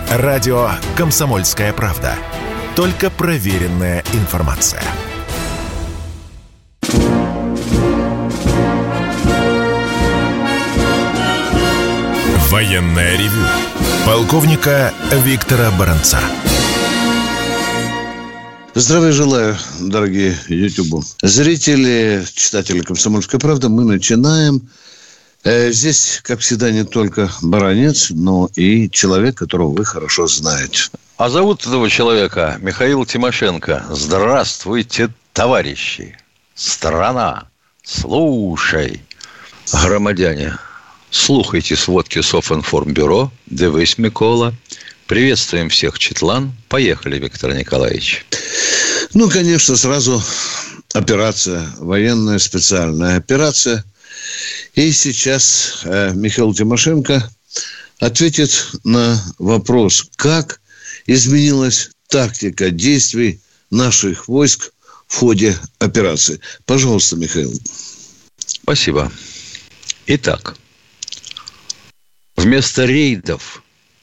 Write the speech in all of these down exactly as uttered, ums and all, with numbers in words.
Радио «Комсомольская правда». Только проверенная информация. Военное ревю полковника Виктора Баранца. Здравия желаю, дорогие YouTube зрители, читатели «Комсомольской правды». Мы начинаем. Здесь, как всегда, не только Баранец, но и человек, которого вы хорошо знаете. А зовут этого человека Михаил Тимошенко. Здравствуйте, товарищи! Страна, слушай! Громадяне, слухайте сводки Софинформбюро. Дивись, Микола. Приветствуем всех, Четлан. Поехали, Виктор Николаевич. Ну, конечно, сразу операция, военная специальная операция. И сейчас э, Михаил Тимошенко ответит на вопрос, как изменилась тактика действий наших войск в ходе операции. Пожалуйста, Михаил. Спасибо. Итак, вместо рейдов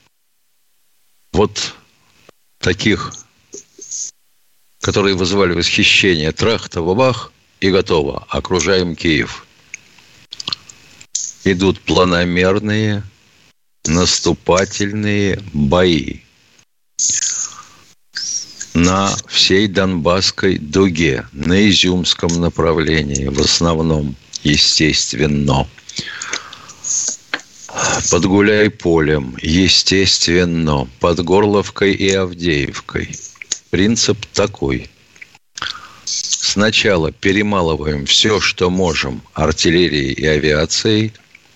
вот таких, которые вызывали восхищение, трах-та-бабах и готово, окружаем Киев. Идут планомерные наступательные бои на всей Донбасской дуге, на Изюмском направлении, в основном, естественно. Под Гуляйполем, естественно, под Горловкой и Авдеевкой. Принцип такой. Сначала перемалываем все, что можем, артиллерией и авиацией.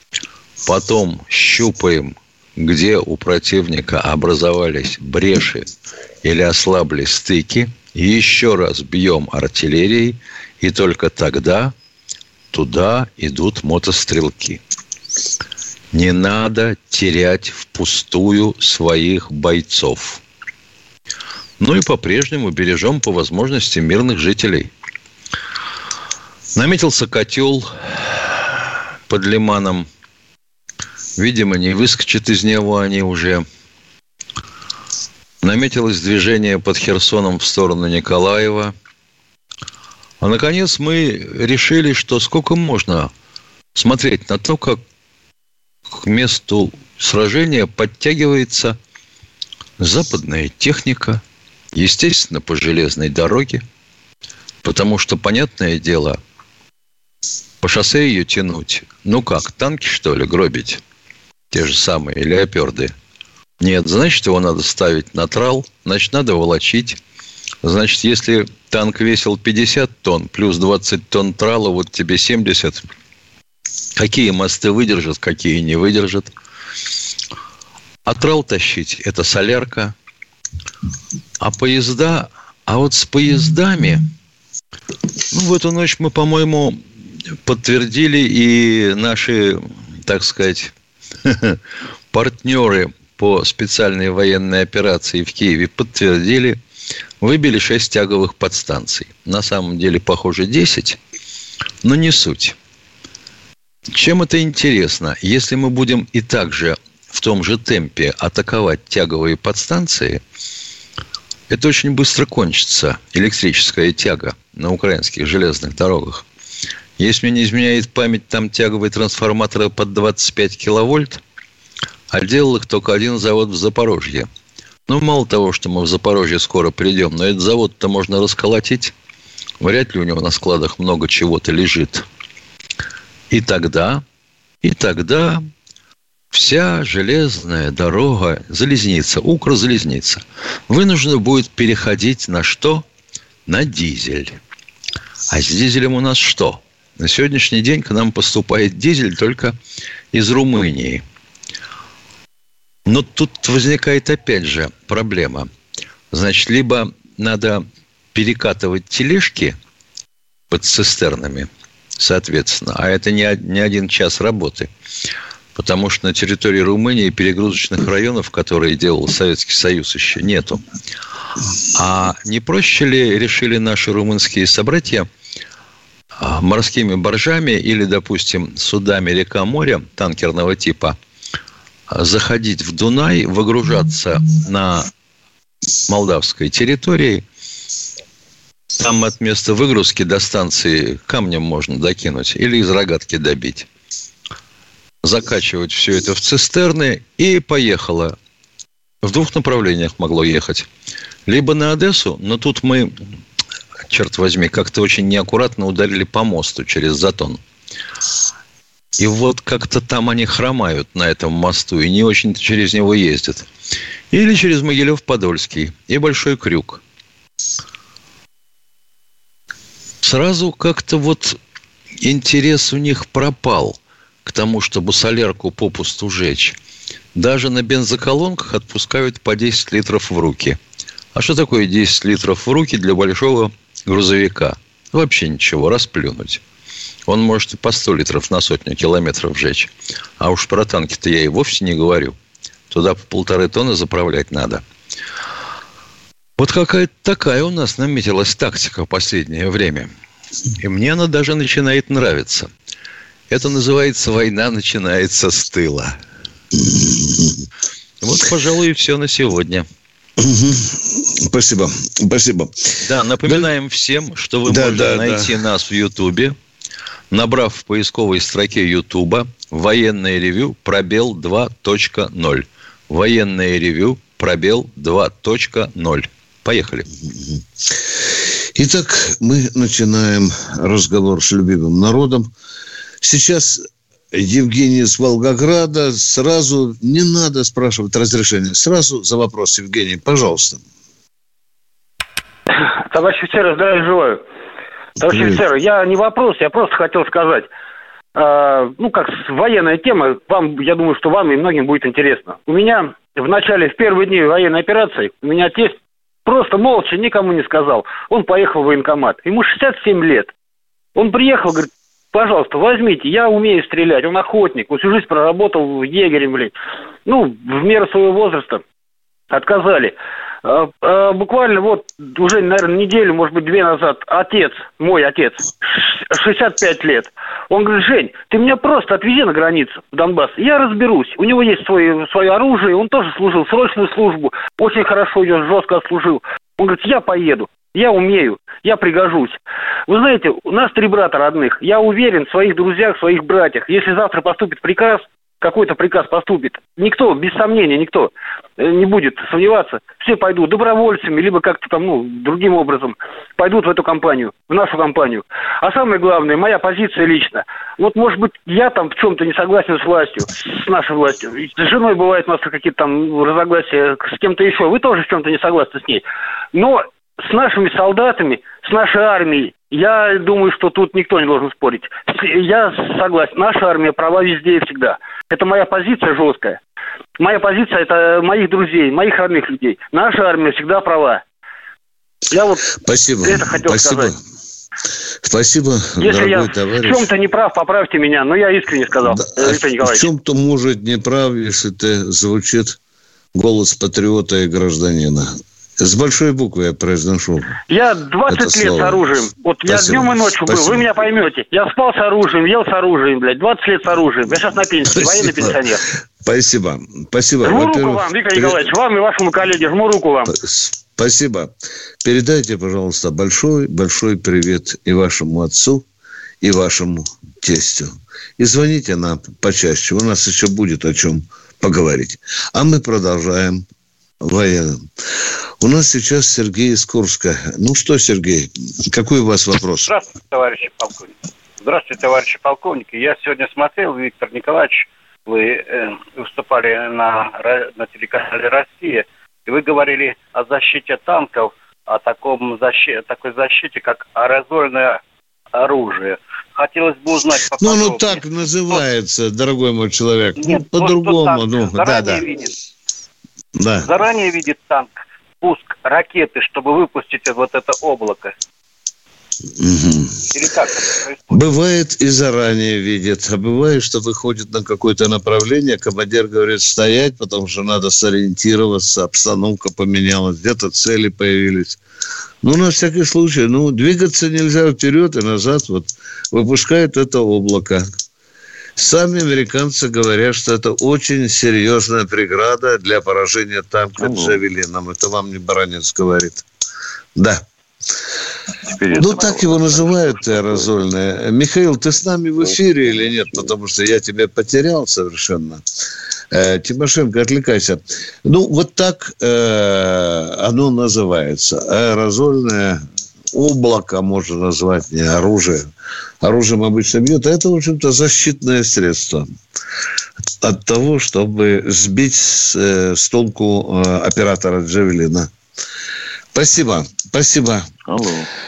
Потом щупаем, где у противника образовались бреши или ослабли стыки. И еще раз бьем артиллерией. И только тогда туда идут мотострелки. Не надо терять впустую своих бойцов. Ну и по-прежнему бережем по возможности мирных жителей. Наметился котел под Лиманом. Видимо, не выскочат из него они уже. Наметилось движение под Херсоном в сторону Николаева. А, наконец, мы решили, что сколько можно смотреть на то, как к месту сражения подтягивается западная техника, естественно, по железной дороге, потому что, понятное дело, по шоссе ее тянуть. Ну как, танки, что ли, гробить? Те же самые, леоперды. Нет, значит, его надо ставить на трал, значит, надо волочить. Значит, если танк весил пятьдесят тонн, плюс двадцать тонн трала, вот тебе семьдесят. Какие мосты выдержат, какие не выдержат. А трал тащить – это солярка. А поезда... А вот с поездами... Ну, в эту ночь мы, по-моему, подтвердили, и наши, так сказать, партнеры по специальной военной операции в Киеве подтвердили, выбили шесть тяговых подстанций. На самом деле, похоже, десять, но не суть. Чем это интересно? Если мы будем и так же в том же темпе атаковать тяговые подстанции, это очень быстро кончится, электрическая тяга на украинских железных дорогах. Если мне не изменяет память, там тяговые трансформаторы под двадцать пять киловольт, а делал их только один завод в Запорожье. Ну, мало того, что мы в Запорожье скоро придем, но этот завод-то можно расколотить. Вряд ли у него на складах много чего-то лежит. И тогда, и тогда вся железная дорога, залезница, Укрзалезница, вынуждена будет переходить на что? На дизель. А с дизелем у нас что? На сегодняшний день к нам поступает дизель только из Румынии. Но тут возникает опять же проблема. Значит, либо надо перекатывать тележки под цистернами, соответственно, а это не один час работы, потому что на территории Румынии перегрузочных районов, которые делал Советский Союз, еще нету. А не проще ли решили наши румынские собратья морскими баржами или, допустим, судами река-моря танкерного типа заходить в Дунай, выгружаться на молдавской территории. Там от места выгрузки до станции камнем можно докинуть или из рогатки добить. Закачивать все это в цистерны, и поехало. В двух направлениях могло ехать. Либо на Одессу, но тут мы, черт возьми, как-то очень неаккуратно ударили по мосту через Затон. И вот как-то там они хромают на этом мосту, и не очень через него ездят. Или через Могилев-Подольский и Большой Крюк. Сразу как-то вот интерес у них пропал к тому, чтобы солярку попусту жечь. Даже на бензоколонках отпускают по десять литров в руки. А что такое десять литров в руки для большого грузовика? Вообще ничего, расплюнуть. Он может и по сто литров на сотню километров жечь. А уж про танки-то я и вовсе не говорю. Туда по полторы тонны заправлять надо. Вот какая-то такая у нас наметилась тактика в последнее время. И мне она даже начинает нравиться. Это называется «Война начинается с тыла». Вот, пожалуй, и все на сегодня. Спасибо. Спасибо. Да, напоминаем да. всем, что вы да, можете да, найти да. нас в Ютубе, набрав в поисковой строке Ютуба «Военное ревю пробел два точка ноль». «Военное ревю пробел два точка ноль». Поехали. Итак, мы начинаем разговор с любимым народом. Сейчас Евгений из Волгограда. Сразу не надо спрашивать разрешения. Сразу за вопрос, Евгений, пожалуйста. Товарищ офицер, здравия желаю. Товарищ офицер, я не вопрос, я просто хотел сказать. Э, ну, как военная тема, вам, я думаю, что вам и многим будет интересно. У меня в начале, в первые дни военной операции, у меня тесть просто молча, никому не сказал. Он поехал в военкомат. Ему шестьдесят семь лет. Он приехал, говорит, пожалуйста, возьмите, я умею стрелять. Он охотник, он всю жизнь проработал егерем, блин. Ну, в меру своего возраста отказали. А, а, буквально вот уже, наверное, неделю, может быть, две назад отец, мой отец, шестьдесят пять лет, он говорит: Жень, ты меня просто отвези на границу в Донбасс, я разберусь. У него есть свое, свое оружие, он тоже служил срочную службу, очень хорошо ее жестко отслужил. Он говорит: я поеду, я умею, я пригожусь. Вы знаете, у нас три брата родных, я уверен в своих друзьях, в своих братьях. Если завтра поступит приказ, какой-то приказ поступит, никто, без сомнения, никто не будет сомневаться. Все пойдут добровольцами, либо как-то там, ну, другим образом пойдут в эту компанию, в нашу компанию. А самое главное, моя позиция лично. Вот, может быть, я там в чем-то не согласен с властью, с нашей властью. С женой бывает у нас какие-то там разногласия, с кем-то еще. Вы тоже в чем-то не согласны с ней. Но с нашими солдатами, с нашей армией, я думаю, что тут никто не должен спорить. Я согласен. Наша армия права везде и всегда. Это моя позиция жесткая. Моя позиция – это моих друзей, моих родных людей. Наша армия всегда права. Я вот Спасибо. это хотел Спасибо. сказать. Спасибо, Если дорогой я товарищ. в чем-то не прав, поправьте меня. Но я искренне сказал, да, Виктор Николаевич. В чем-то, может, не прав, если ты звучит голос патриота и гражданина. С большой буквы я произношу. Я двадцать лет слово. С оружием. Вот Спасибо. Я днем и ночью Спасибо. был. Вы меня поймете. Я спал с оружием, ел с оружием, блядь. двадцать лет с оружием. Я сейчас на пенсии. Военный пенсионер. Спасибо. Спасибо. Жму руку вам, Виктор Николаевич. Вам и вашему коллеге. Жму руку вам. Спасибо. Передайте, пожалуйста, большой-большой привет и вашему отцу, и вашему тестю. И звоните нам почаще. У нас еще будет о чем поговорить. А мы продолжаем военным. У нас сейчас Сергей из Курска. Ну что, Сергей, какой у вас вопрос? Здравствуйте, товарищи полковники. Здравствуйте, товарищи полковники. Я сегодня смотрел, Виктор Николаевич, вы э, выступали на, на телеканале «Россия», и вы говорили о защите танков, о таком защите, такой защите, как аэрозольное оружие. Хотелось бы узнать поподробнее. Ну, ну так называется, вот, дорогой мой человек. Нет, ну, по-другому. Ну, да, да. Видит, да. Заранее видит танк пуск ракеты, чтобы выпустить вот это облако. Угу. Или как это происходит? Бывает и заранее видит, а бывает, что выходит на какое-то направление, командир говорит стоять, потому что надо сориентироваться, обстановка поменялась, где-то цели появились. Ну, на всякий случай, ну, двигаться нельзя вперед и назад, вот, выпускает это облако. Сами американцы говорят, что это очень серьезная преграда для поражения танка «Джавелином». Это вам не Баранец говорит. Да. Ну, так его называют аэрозольное. Михаил, ты с нами в эфире или нет? Потому что я тебя потерял совершенно. Э, Тимошенко, отвлекайся. Ну, вот так э, оно называется. Аэрозольное облако можно назвать, не оружие. Оружием обычно бьют. А это, в общем-то, защитное средство от того, чтобы сбить с, э, с толку э, оператора «Джавелина». Спасибо. Спасибо. Алло.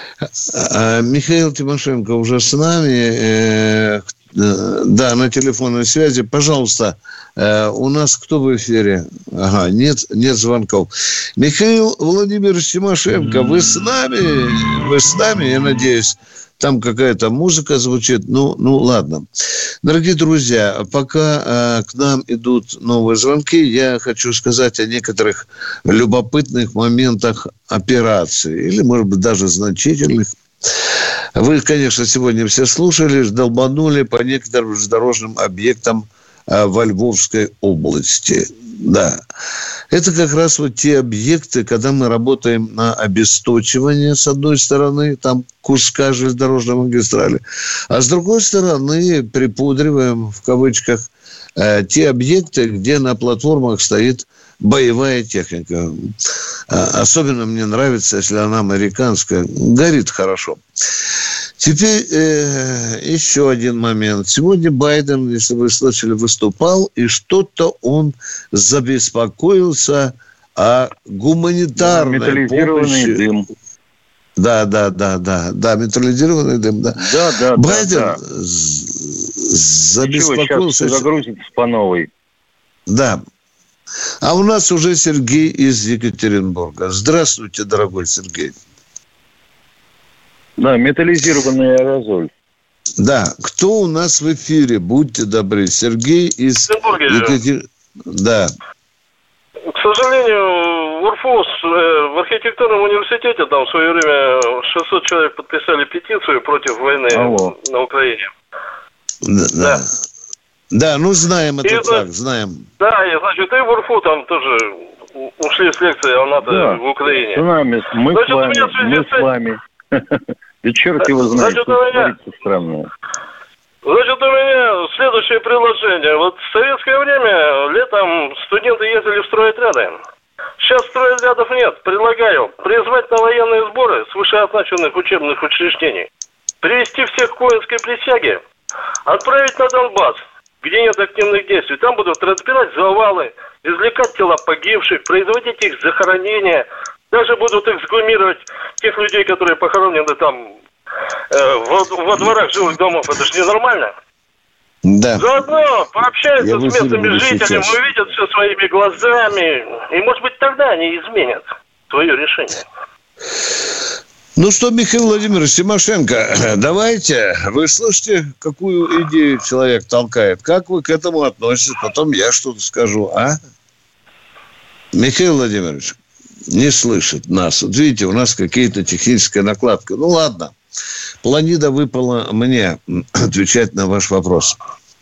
Михаил Тимошенко уже с нами. Да, на телефонной связи. Пожалуйста, у нас кто в эфире? Ага, нет, нет звонков. Михаил Владимирович Тимошенко, вы с нами? Вы с нами, я надеюсь. Там какая-то музыка звучит. Ну, ну ладно. Дорогие друзья, пока э, к нам идут новые звонки, я хочу сказать о некоторых любопытных моментах операции. Или, может быть, даже значительных. Вы, конечно, сегодня все слушали, долбанули по некоторым железнодорожным объектам э, во Львовской области. Да. Это как раз вот те объекты, когда мы работаем на обесточивание, с одной стороны, там куска железнодорожной магистрали, а с другой стороны припудриваем, в кавычках, э, те объекты, где на платформах стоит боевая техника. Особенно мне нравится, если она американская. Горит хорошо. Теперь э, еще один момент. Сегодня Байден, если вы слышали, выступал, и что-то он забеспокоился о гуманитарной да, металлизированный помощи. Дым. Да, да, да, да, да, металлизированный дым, да. Да, да, Байден да, да. забеспокоился. Сейчас загрузится по новой. Да. А у нас уже Сергей из Екатеринбурга. Здравствуйте, дорогой Сергей. Да, металлизированный аэрозоль. Да, кто у нас в эфире? Будьте добры. Сергей из Екатеринбурга. Да. К сожалению, в УрФУС, в архитектурном университете, там в свое время шестьсот человек подписали петицию против войны Алло. на Украине. Да. да. Да, ну знаем и этот это, факт, знаем. Да, и значит, и в УрФУ там тоже ушли с лекции о НАТО да. в Украине. С нами, мы значит, с вами, мы с вами. И черт его знает, что творится странное. Значит, у меня следующее предложение. Вот в советское время летом студенты ездили в стройотряды. Сейчас стройотрядов нет. Предлагаю призвать на военные сборы с вышеозначенных учебных учреждений, привести всех к воинской присяге, отправить на Донбасс, где нет активных действий. Там будут разбирать завалы, извлекать тела погибших, производить их захоронения. Даже будут эксгумировать тех людей, которые похоронены там э, во, во дворах жилых домов. Это же ненормально. Да. Заодно пообщаются Я с местными жителями, сейчас. увидят все своими глазами. И, может быть, тогда они изменят свое решение. Ну что, Михаил Владимирович Тимошенко, давайте, вы слышите, какую идею человек толкает? Как вы к этому относитесь? Потом я что-то скажу, а? Михаил Владимирович не слышит нас. Вот видите, у нас какие-то техническая накладка. Ну ладно, планида выпала мне отвечать на ваш вопрос.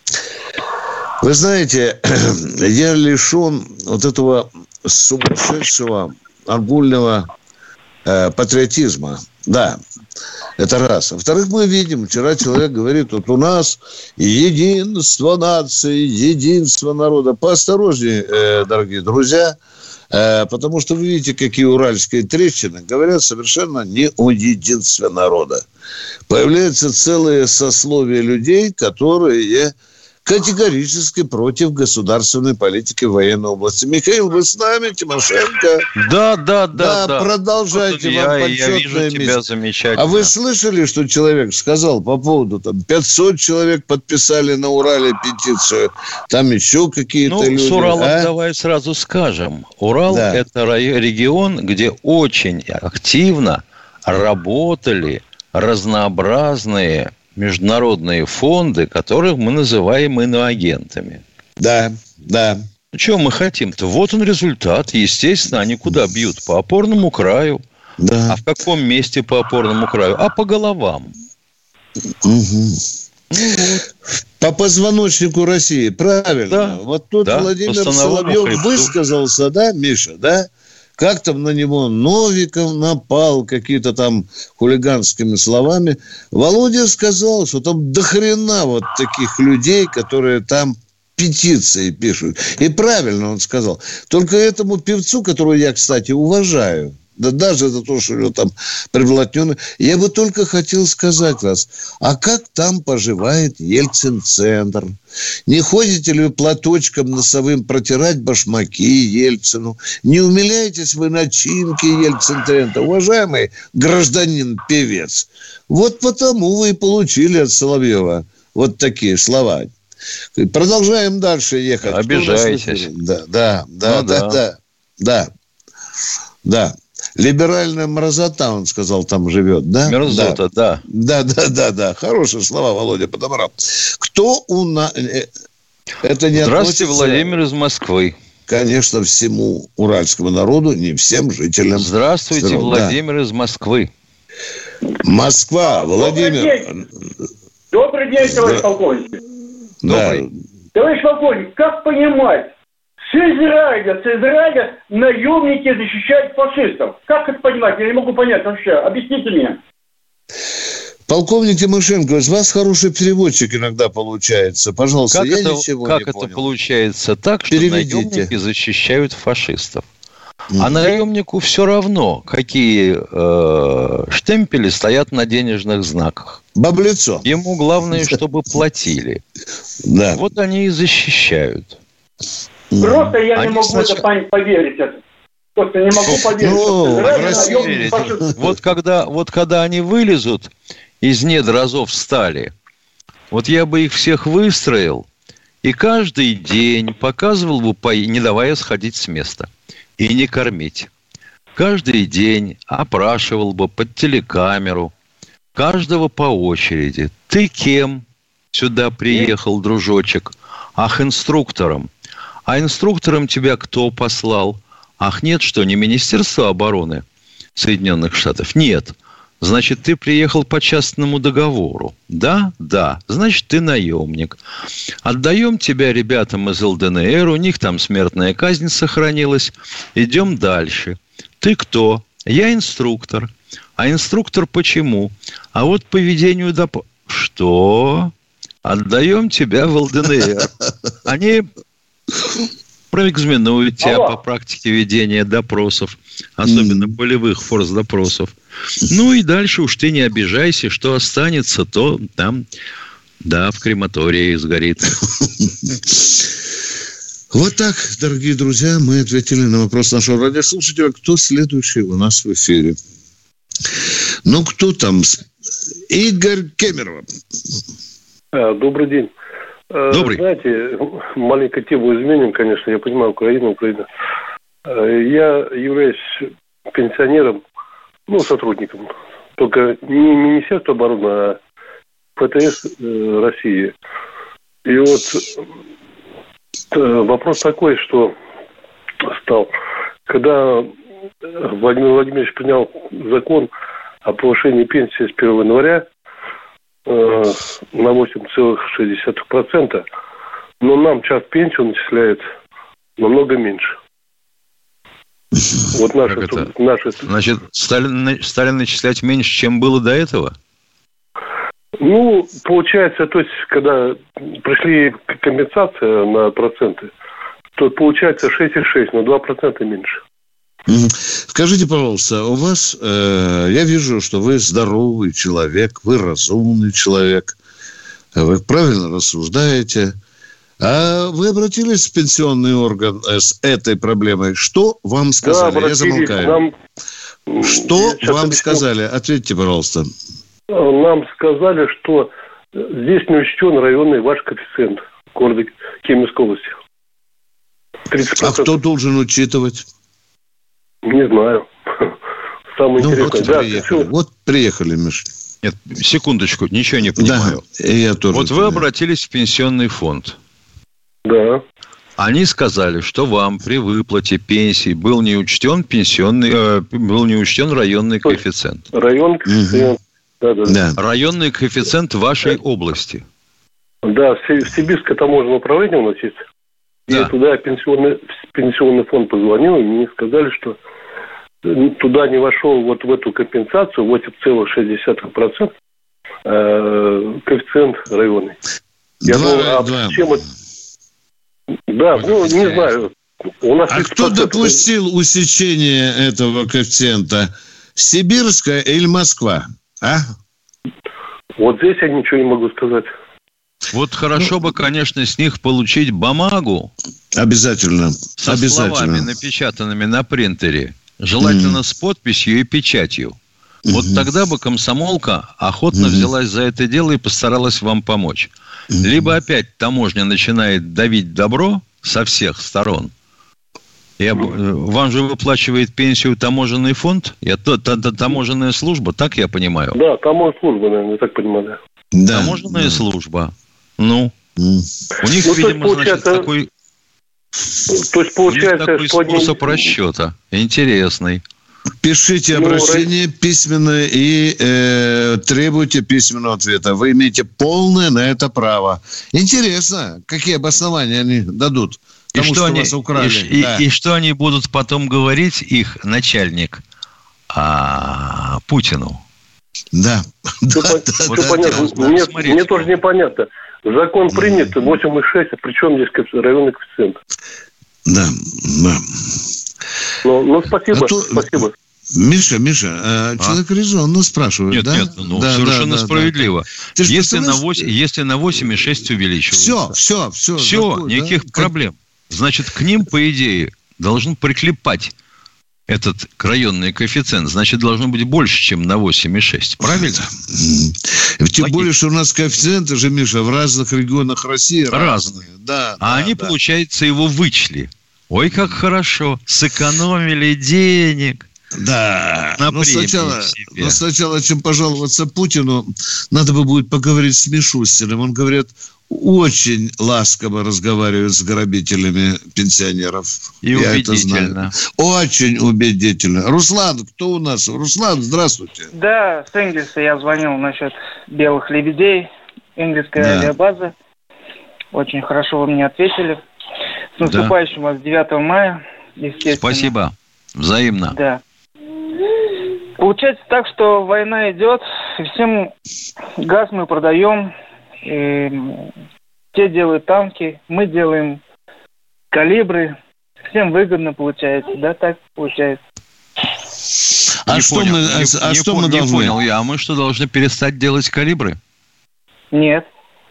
Вы знаете, я лишен вот этого сумасшедшего огульного э, патриотизма. Да, это раз. Во-вторых, мы видим, вчера человек говорит, вот у нас единство нации, единство народа. Поосторожнее, э, дорогие друзья, э, потому что вы видите, какие уральские трещины говорят совершенно не о единстве народа. Появляются целые сословия людей, которые категорически против государственной политики в военной области. Михаил, вы с нами, Тимошенко? Да, да, да. Да, да. продолжайте, я, вам я вижу почетное тебя место. замечательно. А вы слышали, что человек сказал по поводу, там, пятьсот человек подписали на Урале петицию, там еще какие-то ну, люди. Ну, с Уралом а? давай сразу скажем. Урал да. – это регион, где очень активно работали разнообразные международные фонды, которых мы называем иноагентами. Да, да. Ну, чего мы хотим-то? Вот он результат. Естественно, они куда бьют? По опорному краю. Да. А в каком месте по опорному краю? А по головам. Угу. По позвоночнику России, правильно. Да. Вот тут да, Владимир Соловьев высказался, да, Миша, да? Как там на него Новиков напал какие-то там хулиганскими словами. Володя сказал, что там дохрена вот таких людей, которые там петиции пишут. И правильно он сказал. Только этому певцу, которого я, кстати, уважаю, да даже за то, что у него там приблотненный, я бы только хотел сказать вас, а как там поживает Ельцин-центр? Не ходите ли вы платочком носовым протирать башмаки Ельцину? Не умиляетесь вы начинки Ельцин-центра, уважаемый гражданин-певец? Вот потому вы и получили от Соловьева вот такие слова. Продолжаем дальше ехать. Обижаетесь. Да, да, да, ну, да, да, да, да, да. Либеральная мерзота, он сказал, там живет, да? Мерзота, да. Да, да, да, да. Хорошие слова Володя подобрал. Кто у нас... Это не Здравствуйте, относится... Владимир из Москвы. Конечно, всему уральскому народу, не всем жителям. Здравствуйте, страны. Владимир да. из Москвы. Москва, Владимир. Добрый день, товарищ полковник. Да. Товарищ полковник, как понимать, с Израиля, с Израиля наемники защищают фашистов? Как это понимать? Я не могу понять вообще. Объясните мне. Полковник Тимошенко, из вас хороший переводчик иногда получается. Пожалуйста, как я это, ничего как не это понял. Как это получается так, что Переведите. Наемники защищают фашистов? Mm-hmm. А Mm-hmm. наемнику все равно, какие э, штемпели стоят на денежных знаках. Баблицо. Ему главное, чтобы платили. Да. Вот они и защищают. Просто я они не могу сначала... это поверить. Просто не могу поверить. Ну, Израиль, вот, когда, вот когда они вылезут из недр Азов стали, вот я бы их всех выстроил и каждый день показывал бы, не давая сходить с места и не кормить. Каждый день опрашивал бы под телекамеру каждого по очереди. Ты кем сюда приехал, дружочек? Ах, инструктором. А инструктором тебя кто послал? Ах, нет, что, не Министерство обороны Соединенных Штатов? Нет. Значит, ты приехал по частному договору. Да? Да. Значит, ты наемник. Отдаем тебя ребятам из эл дэ эн эр, у них там смертная казнь сохранилась. Идем дальше. Ты кто? Я инструктор. А инструктор почему? А вот по ведению доп... Что? Отдаем тебя в эл дэ эн эр. Они проэкзаменуют тебя Алло. по практике ведения допросов, особенно mm. полевых форс-допросов. Ну и дальше уж ты не обижайся, что останется, то там, да, в крематории сгорит. Вот так, дорогие друзья, мы ответили на вопрос нашего радиослушателя. Кто следующий у нас в эфире? Ну, кто там? Игорь Кемерово. Добрый день. Добрый. Знаете, маленькую тему изменим, конечно, я понимаю, Украина, Украина. Я являюсь пенсионером, ну, сотрудником, только не Министерства обороны, а эф тэ эс России. И вот вопрос такой, что стал, когда Владимир Владимирович принял закон о повышении пенсии с первого января, на восемь целых шесть десятых процента, но нам часть пенсию начисляет намного меньше. Вот наши, наши... Значит, Сталин, Сталин начислять меньше, чем было до этого? Ну, получается, то есть, когда пришли компенсация на проценты, то получается шесть целых шесть десятых, но два процента меньше. Скажите, пожалуйста, у вас, э, я вижу, что вы здоровый человек, вы разумный человек, вы правильно рассуждаете. А вы обратились в пенсионный орган с этой проблемой? Что вам сказали? Да, я замолкаю. Нам... Что Сейчас вам объясню. сказали? Ответьте, пожалуйста. Нам сказали, что здесь не учтен районный ваш коэффициент города Кемеровской области. тридцать процентов. А кто должен учитывать? Не знаю. Самое ну, интересное. Вот, да, приехали. вот приехали, Миш. Нет, секундочку, ничего не понимаю. Да, я тоже вот понимаю. Вы обратились в пенсионный фонд. Да. Они сказали, что вам при выплате пенсии был не учтен пенсионный, э, был не учтен районный коэффициент. Районный коэффициент. Угу. Да, да, да. Районный коэффициент вашей да. области. Да, в Сибирское таможенное управление у нас есть. Да. Я туда пенсионный, пенсионный фонд позвонил, и мне сказали, что туда не вошел вот в эту компенсацию восемь целых шесть десятых процента э, коэффициент районный. Я два, думал, а два. Чем это... Да, вот ну, не знаю. У нас а кто допустил усечение этого коэффициента? Сибирская или Москва? А? Вот здесь я ничего не могу сказать. Вот хорошо ну, бы, конечно, с них получить бумагу. Обязательно. Со обязательно. словами, напечатанными на принтере. Желательно mm. с подписью и печатью. Mm-hmm. Вот тогда бы комсомолка охотно mm-hmm. взялась за это дело и постаралась вам помочь. Mm-hmm. Либо опять таможня начинает давить добро со всех сторон. И об... Вам же выплачивает пенсию таможенный фонд? Я... Таможенная служба, так я понимаю? Да, таможенная служба, наверное, я так понимаю. Да. Да. Таможенная да. служба. Ну, mm. у них, ну, видимо, значит, такой... То есть, получается, такой что способ они... расчета. Интересный. Пишите ну, обращение раз... письменное и э, требуйте письменного ответа. Вы имеете полное на это право. Интересно, какие обоснования они дадут тому, и что, что они, вас украли. И, да. и, и что они будут потом говорить, их начальник, а, Путину? Да. Все, да, да, вот да, понятно. Да, мне, смотрите, мне тоже непонятно. Закон принят, восемь целых шесть, а при чем здесь районный коэффициент? Да, да. Ну, ну спасибо, а то... спасибо. Миша, Миша, а? человек резонно спрашивает, нет, да? Нет, ну, да, совершенно да, справедливо. Да. Если, на восемь, если на восемь и шесть увеличивается. Все, все, все. Все, закон, никаких да? проблем. Значит, к ним, по идее, должен приклепать этот районный коэффициент. Значит, должно быть больше, чем на восемь и шесть. Правильно? Тем Логично. более, что у нас коэффициенты же, Миша, в разных регионах России разные. разные. Да, а да, они, да. получается, его вычли. Ой, как хорошо. Сэкономили денег. Да. Но сначала, но сначала, чем пожаловаться Путину, надо бы будет поговорить с Мишустиным. Он, говорит, очень ласково разговаривает с грабителями пенсионеров. И Я убедительно. Очень убедительно. Руслан, кто у нас? Руслан, здравствуйте. Да, с Энгельса я звонил насчет белых лебедей. Энгельская да. авиабаза. Очень хорошо вы мне ответили. С наступающим вас девятого мая, естественно. Спасибо. Взаимно. Да. Получается так, что война идет, и всем газ мы продаем, и те делают танки, мы делаем калибры. Всем выгодно получается, да, так получается. А не что понял, мы, не, а не, что не мы должны? понял я, а мы что, должны перестать делать калибры? Нет.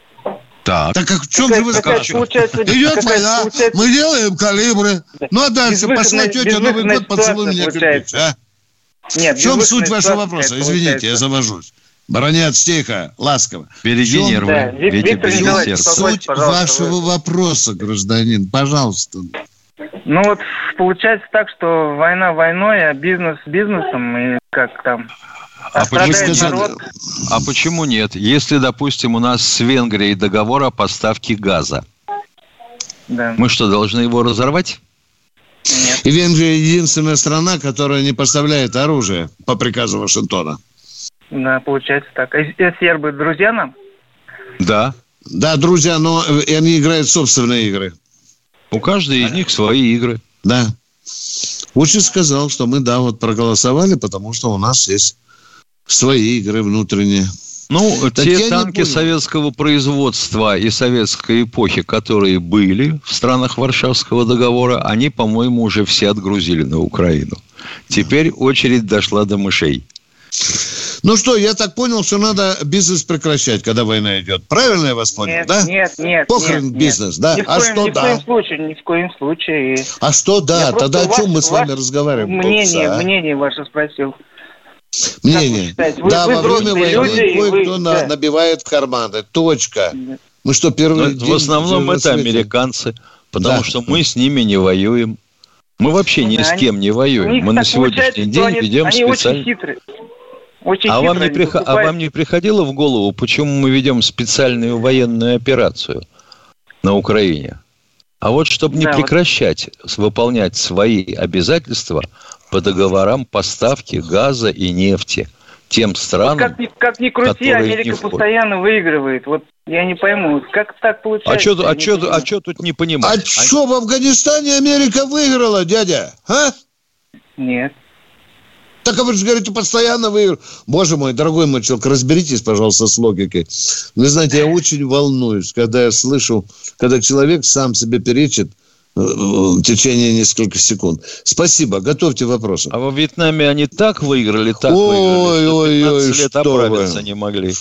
Так. Так как в чем же вы скажете? Идет война, мы делаем калибры. Да. Ну а дальше пошла тетя Новый год, поцелуй меня кирпич. А? Нет, в чем суть вашего вопроса? Извините, я завожусь. Баронец, тихо, ласково. Береги нервы. Да. Виктор Николаевич, суть вашего вопроса, гражданин, пожалуйста. Ну вот получается так, что война войной, а бизнес бизнесом, и как там... А почему, а почему нет? Если, допустим, у нас с Венгрией договор о поставке газа, да. мы что, должны его разорвать? Нет. И Венгрия единственная страна, которая не поставляет оружие по приказу Вашингтона. Да, получается так. А сербы друзья нам? Да. Да, друзья, но они играют собственные игры. У каждой из них свои игры. Да. Лучше сказал, что мы, да, вот проголосовали, потому что у нас есть свои игры внутренние. Ну, так те танки советского производства и советской эпохи, которые были в странах Варшавского договора, они, по-моему, уже все отгрузили на Украину. Теперь очередь дошла до мышей. Ну что, я так понял, что надо бизнес прекращать, когда война идет. Правильно я вас понял, нет, да? Нет, нет, Похрен нет, бизнес, нет. да? Ни а коем, что ни да? Ни в коем случае, ни в коем случае. А что да? Я Тогда о чем ваш, мы с вами ваш разговариваем? Мнение, а? мнение ваше спросил. Мнение. Вы, да, вы во время войны кое-кто вы, на, да. набивает карманы. Точка. Да. Мы что, первый день... В основном это американцы, потому да. что мы с ними не воюем. Мы вообще ни да, с кем не воюем. Мы на сегодняшний день они, ведем они специально... Очень хитрые. Очень а, вам не прих... а вам не приходило в голову, почему мы ведем специальную военную операцию на Украине? А вот чтобы не да, прекращать вот. выполнять свои обязательства по договорам поставки газа и нефти тем странам, вот как, ни, как ни крути, Америка постоянно выигрывает. Вот я не пойму, как так получается. А что а что, а что тут не понимать? А что, в Афганистане Америка выиграла, дядя? А? Нет. Так вы же говорите, постоянно выигрывает. Боже мой, дорогой мой человек, разберитесь, пожалуйста, с логикой. Вы знаете, я очень волнуюсь, когда я слышу, когда человек сам себе перечит в течение нескольких секунд. Спасибо, готовьте вопросы. А во Вьетнаме они так выиграли, так ой, выиграли, что ой, пятнадцать ой, лет оправиться не могли.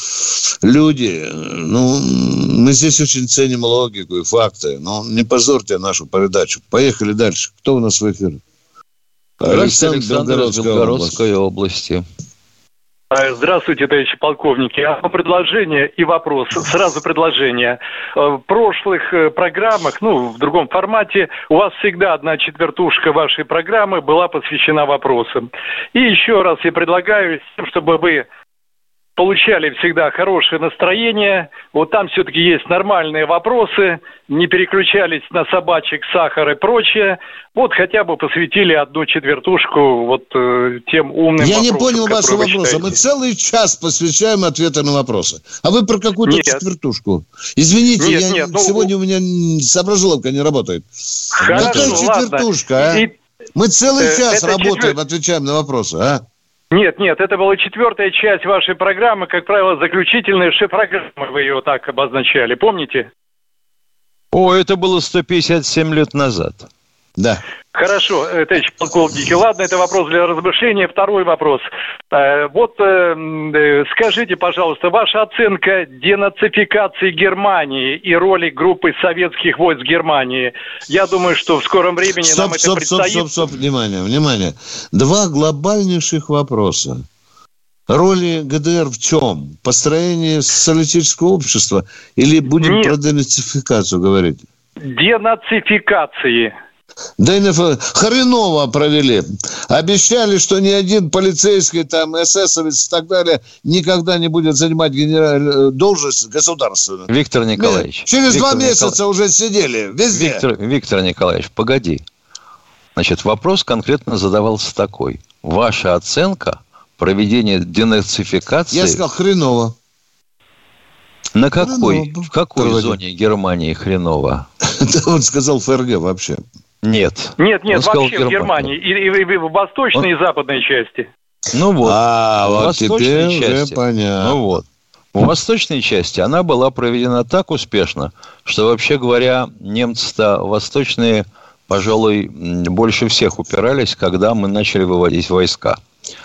Люди, ну, мы здесь очень ценим логику и факты, но не позорьте нашу передачу. Поехали дальше. Кто у нас в эфире? Александр, Александр из Белгородской области. Здравствуйте, товарищи полковники. Одно предложение и вопрос. Сразу предложение. В прошлых программах, ну, в другом формате, у вас всегда одна четвертушка вашей программы была посвящена вопросам. И еще раз я предлагаю, чтобы вы получали всегда хорошее настроение. Вот там все-таки есть нормальные вопросы, не переключались на собачек, сахар и прочее. Вот хотя бы посвятили одну четвертушку вот э, тем умным Я вопросам. Я не понял вашего вопроса. Считаете. Мы целый час посвящаем ответы на вопросы. А вы про какую-то нет. четвертушку? Извините, нет, я нет, ну, сегодня у меня соображаловка не работает. Хорошо, какая четвертушка, ладно. а? И, Мы целый э, час работаем, четвер... отвечаем на вопросы, а? Нет, нет, это была четвертая часть вашей программы, как правило, заключительная шеф-программа, вы ее так обозначали, помните? О, это было сто пятьдесят семь лет назад. Да. Хорошо, товарищ полковники. Ладно, это вопрос для размышления. Второй вопрос. Вот скажите, пожалуйста, ваша оценка денацификации Германии и роли группы советских войск Германии. Я думаю, что в скором времени стоп, нам это стоп, предстоит. Стоп, стоп, стоп, внимание, внимание. Два глобальнейших вопроса. Роли ГДР в чем? Построение социалистического общества? Или будем Нет. про денацификацию говорить? Денацификации. Да и хреново провели. Обещали, что ни один полицейский, там, эсэсовец и так далее никогда не будет занимать генераль... должность государственную. Виктор Николаевич. Через Виктор два месяца Николаевич. уже сидели везде. Виктор, Виктор Николаевич, погоди. Значит, вопрос конкретно задавался такой. Ваша оценка проведения денацификации... Я сказал, хреново. На какой, хреново. в какой Проводим. зоне Германии хреново? Да он сказал ФРГ вообще. Нет. Нет, нет, Он сказал вообще в Германии. И, и, и в восточной Он... и западной части. Ну вот. А, в вот восточной теперь части, уже понятно. Ну вот. В восточной части она была проведена так успешно, что, вообще говоря, немцы-то восточные, пожалуй, больше всех упирались, когда мы начали выводить войска.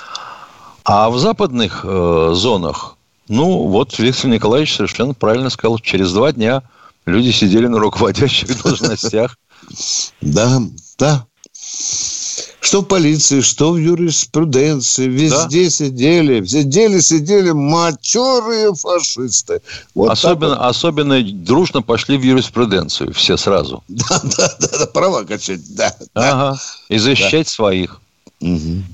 А в западных э, зонах, ну, вот Виктор Николаевич совершенно правильно сказал, через два дня люди сидели на руководящих должностях. Да, да. Что в полиции, что в юриспруденции, везде да. сидели, сидели, сидели матерые фашисты. Вот особенно, вот. особенно дружно пошли в юриспруденцию все сразу. Да, да, да, да права качать, да. Ага, да. и защищать да. своих. Угу.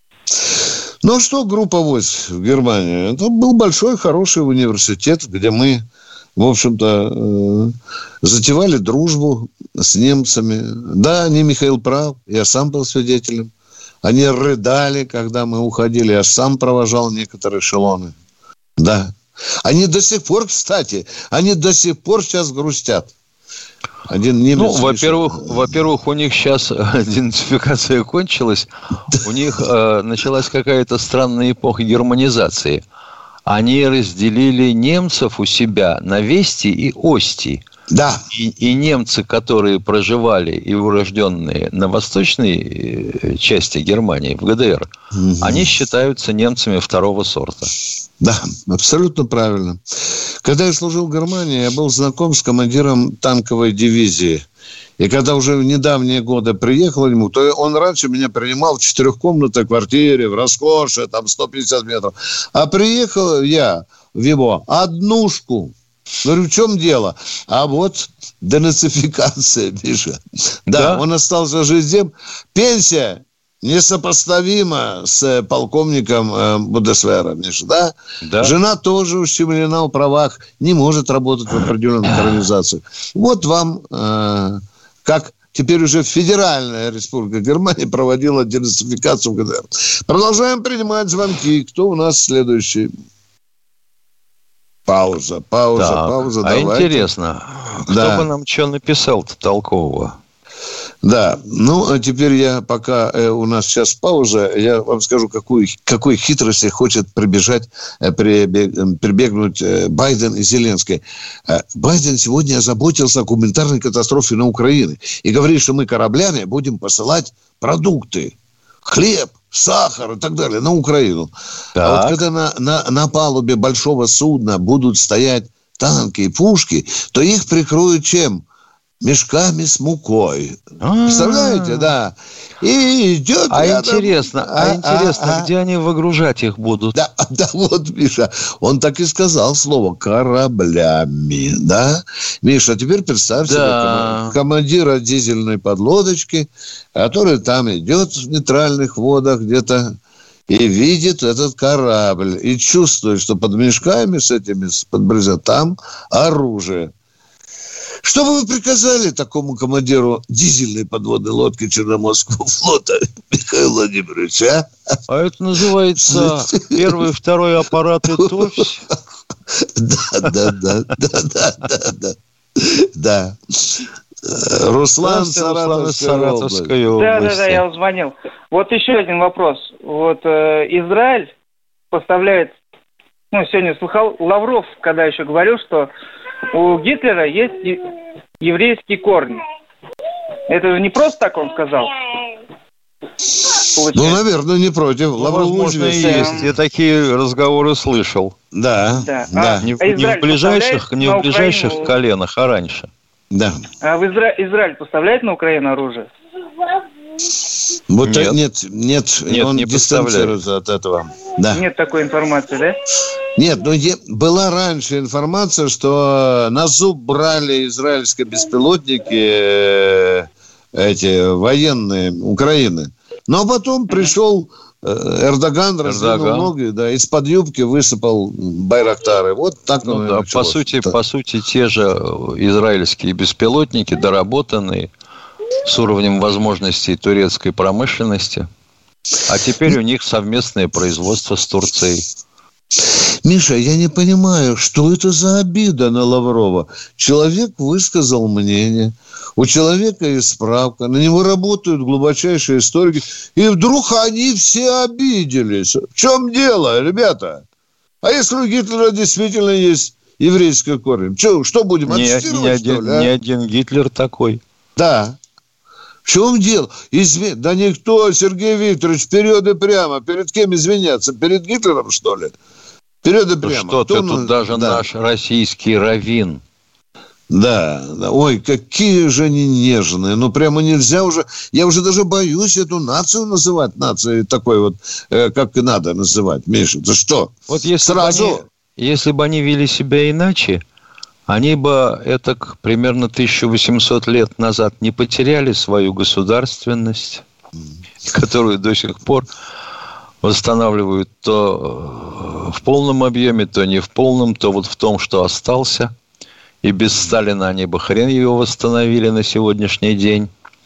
Ну, что группа войск в Германии? Это был большой, хороший университет, где мы, в общем-то, затевали дружбу с немцами. Да, они, Михаил, прав. Я сам был свидетелем. Они рыдали, когда мы уходили. Я сам провожал некоторые эшелоны. Да. Они до сих пор, кстати, они до сих пор сейчас грустят. Один немец... Ну, во-первых, во-первых, у них сейчас денацификация кончилась. У них э, началась какая-то странная эпоха германизации. Они разделили немцев у себя на Вести и Ости. Да. И, и немцы, которые проживали и урожденные на восточной части Германии, в ГДР, угу. они считаются немцами второго сорта. Да, абсолютно правильно. Когда я служил в Германии, я был знаком с командиром танковой дивизии. И когда уже в недавние годы приехал к нему, то он раньше меня принимал в четырехкомнатной квартире, в роскоши, там сто пятьдесят метров. А приехал я в его однушку. Говорю, в чем дело? А вот денацификация, Миша. Да, да, он остался жить тем. Пенсия несопоставима с полковником э, Бундесвера, Миша, да? Да. Жена тоже ущемлена в правах, не может работать в определенных организациях. Вот вам, э, как теперь уже Федеральная Республика Германия проводила денацификацию в ГДР. Продолжаем принимать звонки. Кто у нас следующий? Пауза, пауза, так, пауза. А давайте. Интересно, кто да. бы нам что написал-то толкового? Да, ну, а теперь я, пока э, у нас сейчас пауза, я вам скажу, какую, какой хитрости хочет прибежать, э, прибег, прибегнуть э, Байден и Зеленский. Э, Байден сегодня озаботился о гуманитарной катастрофе на Украине и говорит, что мы кораблями будем посылать продукты, хлеб, сахар и так далее на Украину. Так. А вот когда на, на, на палубе большого судна будут стоять танки и пушки, то их прикроют чем? Мешками с мукой. А-а-а. Представляете, да. И идет А рядом... интересно, а, а интересно, а, где они выгружать их будут? Да, да, вот, Миша, он так и сказал слово кораблями, да? Миша, теперь представь да. себе командира дизельной подлодочки, который там идет в нейтральных водах где-то и видит этот корабль, и чувствует, что под мешками с этими, под брызгами, там оружие. Что бы вы приказали такому командиру дизельной подводной лодки Черноморского флота, Михаил Владимирович, а? А это называется первый, второй аппарат и товсь? Да, да, да, да, да, да, да. Да. Руслан, Саратовская область. Да, да, да, я звонил. Вот еще один вопрос. Вот э, Израиль поставляет, ну, сегодня слыхал, Лавров, когда еще говорил, что у Гитлера есть еврейские корни. Это же не просто так он сказал. Получается. Ну, наверное, не против. Ну, возможно, и есть. Я такие разговоры слышал. Да. да. да. А, не, а не в ближайших, не в ближайших Украину... коленах, а раньше. Да. А в Изра... Израиль поставляет на Украину оружие? Вот нет, нет, нет, нет он не дистанцируется от этого. Да. Нет такой информации, да? Нет, но е- была раньше информация, что на зуб брали израильские беспилотники, э- эти военные Украины. Но потом пришел э- Эрдоган, раздвинул ноги, да, из-под юбки высыпал байрактары. Вот так ну, оно да, началось. По сути, да. по сути, те же израильские беспилотники, доработанные, с уровнем возможностей турецкой промышленности. А теперь у них совместное производство с Турцией. Миша, я не понимаю, что это за обида на Лаврова. Человек высказал мнение, у человека есть справка, на него работают глубочайшие историки, и вдруг они все обиделись. В чем дело, ребята? А если у Гитлера действительно есть еврейское корень? Че, что будем, аттестировать, не, не один, что ли? А? Не один Гитлер такой. Да. В чем дело? Изме... Да никто, Сергей Викторович, вперед и прямо. Перед кем извиняться? Перед Гитлером, что ли? Вперед и прямо. Что ты, тут даже да. наш российский раввин. Да, да. Ой, какие же они нежные. Ну, прямо нельзя уже... Я уже даже боюсь эту нацию называть. Нацией такой вот, э, как и надо называть. Миша, ты что? Вот если Сразу... бы они, если бы они вели себя иначе, они бы это примерно тысяча восемьсот лет назад не потеряли свою государственность, которую до сих пор восстанавливают то в полном объеме, то не в полном, то вот в том, что остался. И без Сталина они бы хрен его восстановили на сегодняшний день.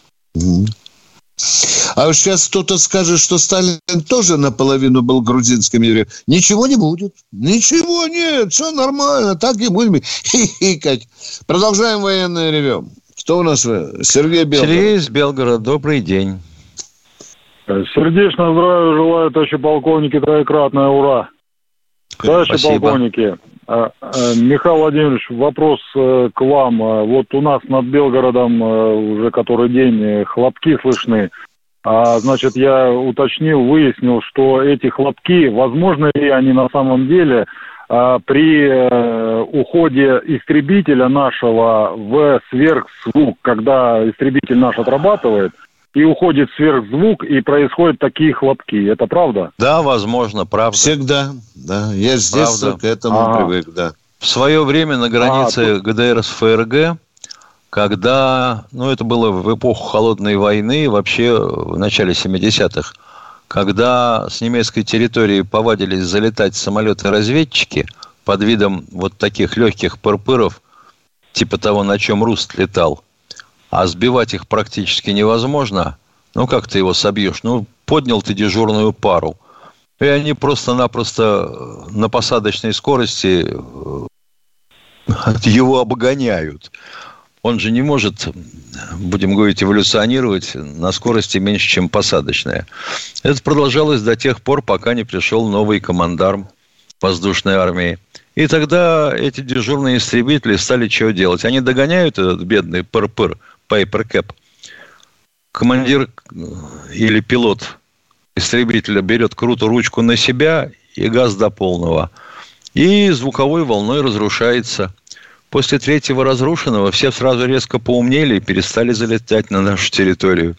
А сейчас кто-то скажет, что Сталин тоже наполовину был грузинским евреем. Ничего не будет. Ничего нет. Все нормально. Так и будем хихикать. Продолжаем военное ревю. Кто у нас? Сергей Белгород. Сергей из Белгорода. Добрый день. Сердечно здравия желаю, товарищи полковники, троекратное ура. Товарищи Спасибо. полковники, Михаил Владимирович, вопрос к вам. Вот у нас над Белгородом уже который день хлопки слышны. А, значит, я уточнил, выяснил, что эти хлопки, возможно ли они на самом деле а, при а, уходе истребителя нашего в сверхзвук, когда истребитель наш отрабатывает, и уходит сверхзвук, и происходят такие хлопки. Это правда? Да, возможно, правда. Всегда, да. Я с детства к этому ага. привык, да. В свое время на границе а, ГДР с ФРГ, когда, ну, это было в эпоху Холодной войны, вообще в начале семидесятых, когда с немецкой территории повадились залетать самолеты-разведчики под видом вот таких легких пырпыров, типа того, на чем Руст летал, а сбивать их практически невозможно. Ну, как ты его собьешь? Ну, поднял ты дежурную пару, и они просто-напросто на посадочной скорости его обгоняют. Он же не может, будем говорить, эволюционировать на скорости меньше, чем посадочная. Это продолжалось до тех пор, пока не пришел новый командарм воздушной армии. И тогда эти дежурные истребители стали чего делать? Они догоняют этот бедный пыр-пыр, Paper-Cap. Командир или пилот истребителя берет круто ручку на себя и газ до полного. И звуковой волной разрушается. После третьего разрушенного все сразу резко поумнели и перестали залетать на нашу территорию.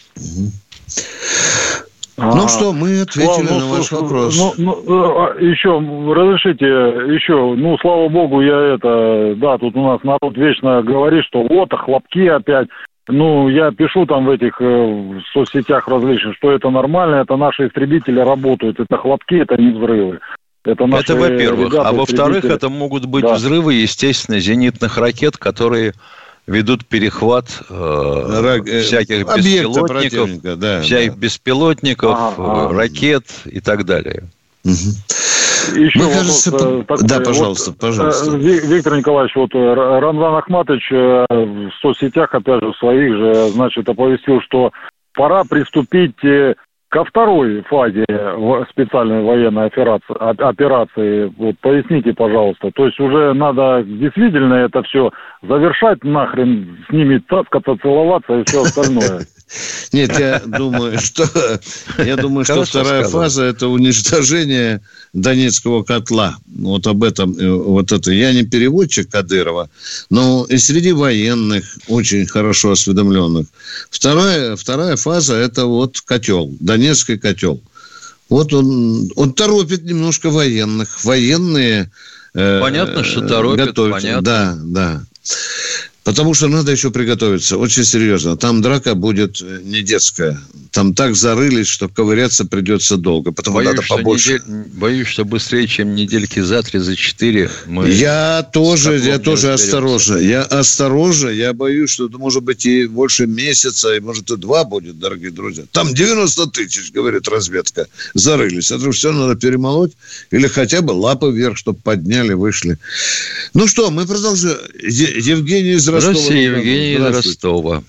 Ну что, мы ответили слава, на ваш ну, вопрос. Ну, ну, еще, разрешите, еще, ну, слава богу, я это, да, тут у нас народ вечно говорит, что вот, а хлопки опять. Ну, я пишу там в этих э, в соцсетях различных, что это нормально, это наши истребители работают, это хлопки, это не взрывы. Это, наши это во-первых. ребята, а во-вторых, истребители. это могут быть да. взрывы, естественно, зенитных ракет, которые ведут перехват э, Рак... всяких беспилотников, да, всяких да. беспилотников, ага. ракет и так далее. Угу. Еще Мне вопрос, кажется, такой, да, пожалуйста, вот, пожалуйста. Виктор Николаевич, вот Рамзан Ахматович в соцсетях, опять же, своих же, значит, оповестил, что пора приступить ко второй фазе специальной военной операции. операции. Вот, поясните, пожалуйста. То есть уже надо действительно это все завершать, нахрен с ними таскаться, целоваться и все остальное. Нет, я думаю, что я думаю, что вторая фаза – это уничтожение Донецкого котла. Вот об этом, вот это. Я не переводчик Кадырова, но и среди военных очень хорошо осведомленных. Вторая, вторая фаза – это вот котел, Донецкий котел. Вот он, он торопит немножко военных. Военные понятно, э, что торопит, готовятся. Понятно. Да, да. Потому что надо еще приготовиться. Очень серьезно. Там драка будет не детская. Там так зарылись, что ковыряться придется долго. Потому боюсь, надо побольше. Недель... Боюсь, что быстрее, чем недельки за три, за четыре. Мы я тоже, я тоже осторожно. Я осторожно. Я боюсь, что это может быть и больше месяца, и может и два будет, дорогие друзья. Там девяносто тысяч, говорит разведка, зарылись. Это все надо перемолоть. Или хотя бы лапы вверх, чтобы подняли, вышли. Ну что, мы продолжаем. Евгений из Здравствуйте, Евгений из Ростова.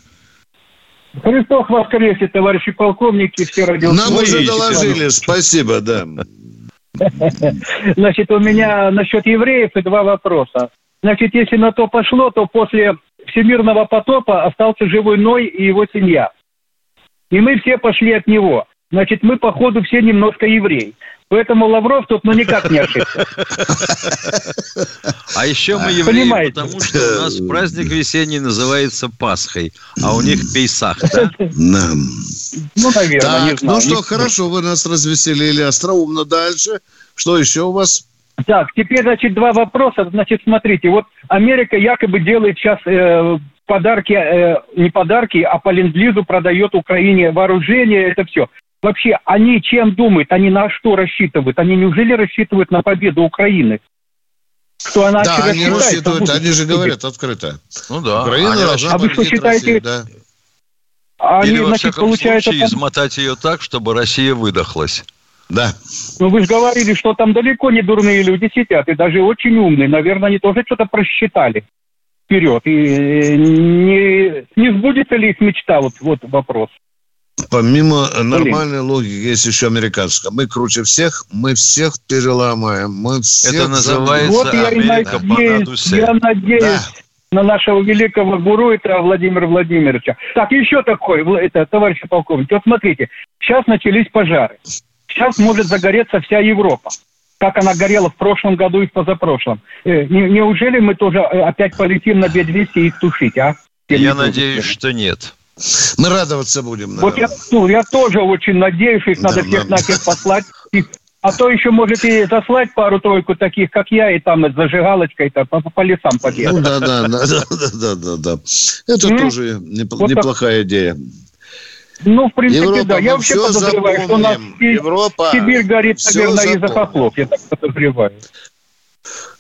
Христос воскресе, товарищи полковники, все радиослушатели. Нам уже доложили, спасибо, да. Значит, у меня насчет евреев и два вопроса. Значит, если на то пошло, то после всемирного потопа остался живой Ной и его семья. И мы все пошли от него. Значит, мы, походу, все немножко евреи. Поэтому Лавров тут ну никак не ошибся. А еще мы евреи, потому что у нас праздник весенний называется Пасхой, а у них Пейсах, да? Ну, наверное, так, не знаю. Ну что, хорошо, вы нас развеселили. Остроумно дальше. Что еще у вас? Так, теперь, значит, два вопроса. Значит, смотрите, вот Америка якобы делает сейчас э, подарки, э, не подарки, а по ленд-лизу продает Украине вооружение, это все. Вообще, они чем думают? Они на что рассчитывают? Они неужели рассчитывают на победу Украины? Что она да, они рассчитывают, они же говорят открыто. Ну да. Украина должна а вы что считаете? Россию, да. Они, Или, во значит, всяком получается, случае, там... измотать ее так, чтобы Россия выдохлась. Да. Ну, вы же говорили, что там далеко не дурные люди сидят, и даже очень умные. Наверное, они тоже что-то просчитали вперед. И не, не сбудется ли их мечта? Вот, вот вопрос. Помимо нормальной Блин. логики, есть еще американская. Мы круче всех, мы всех переломаем. Мы всех Это называется вот Америка по надусе. Я надеюсь да. на нашего великого гуру, это Владимира Владимировича. Так, еще такой, это, товарищи полковники. Вот смотрите, сейчас начались пожары. Сейчас может загореться вся Европа. Как она горела в прошлом году и в позапрошлом. Неужели мы тоже опять полетим на Б двести их тушить, а? Я надеюсь, что нет. Мы радоваться будем. Вот я, ну, я тоже очень надеюсь, что их надо да, всех да. нахер послать. И, а то еще может и заслать пару-тройку таких, как я, и там с зажигалочкой-то по, по лесам побегать. Ну да, да, да, да, да, да, да. Это mm? тоже неп- вот неплохая так... идея. Ну, в принципе, Европа, да. Я вообще подозреваю, запомним. Что у нас Европа, Сибирь горит, наверное, из-за хохлов. Я так подозреваю.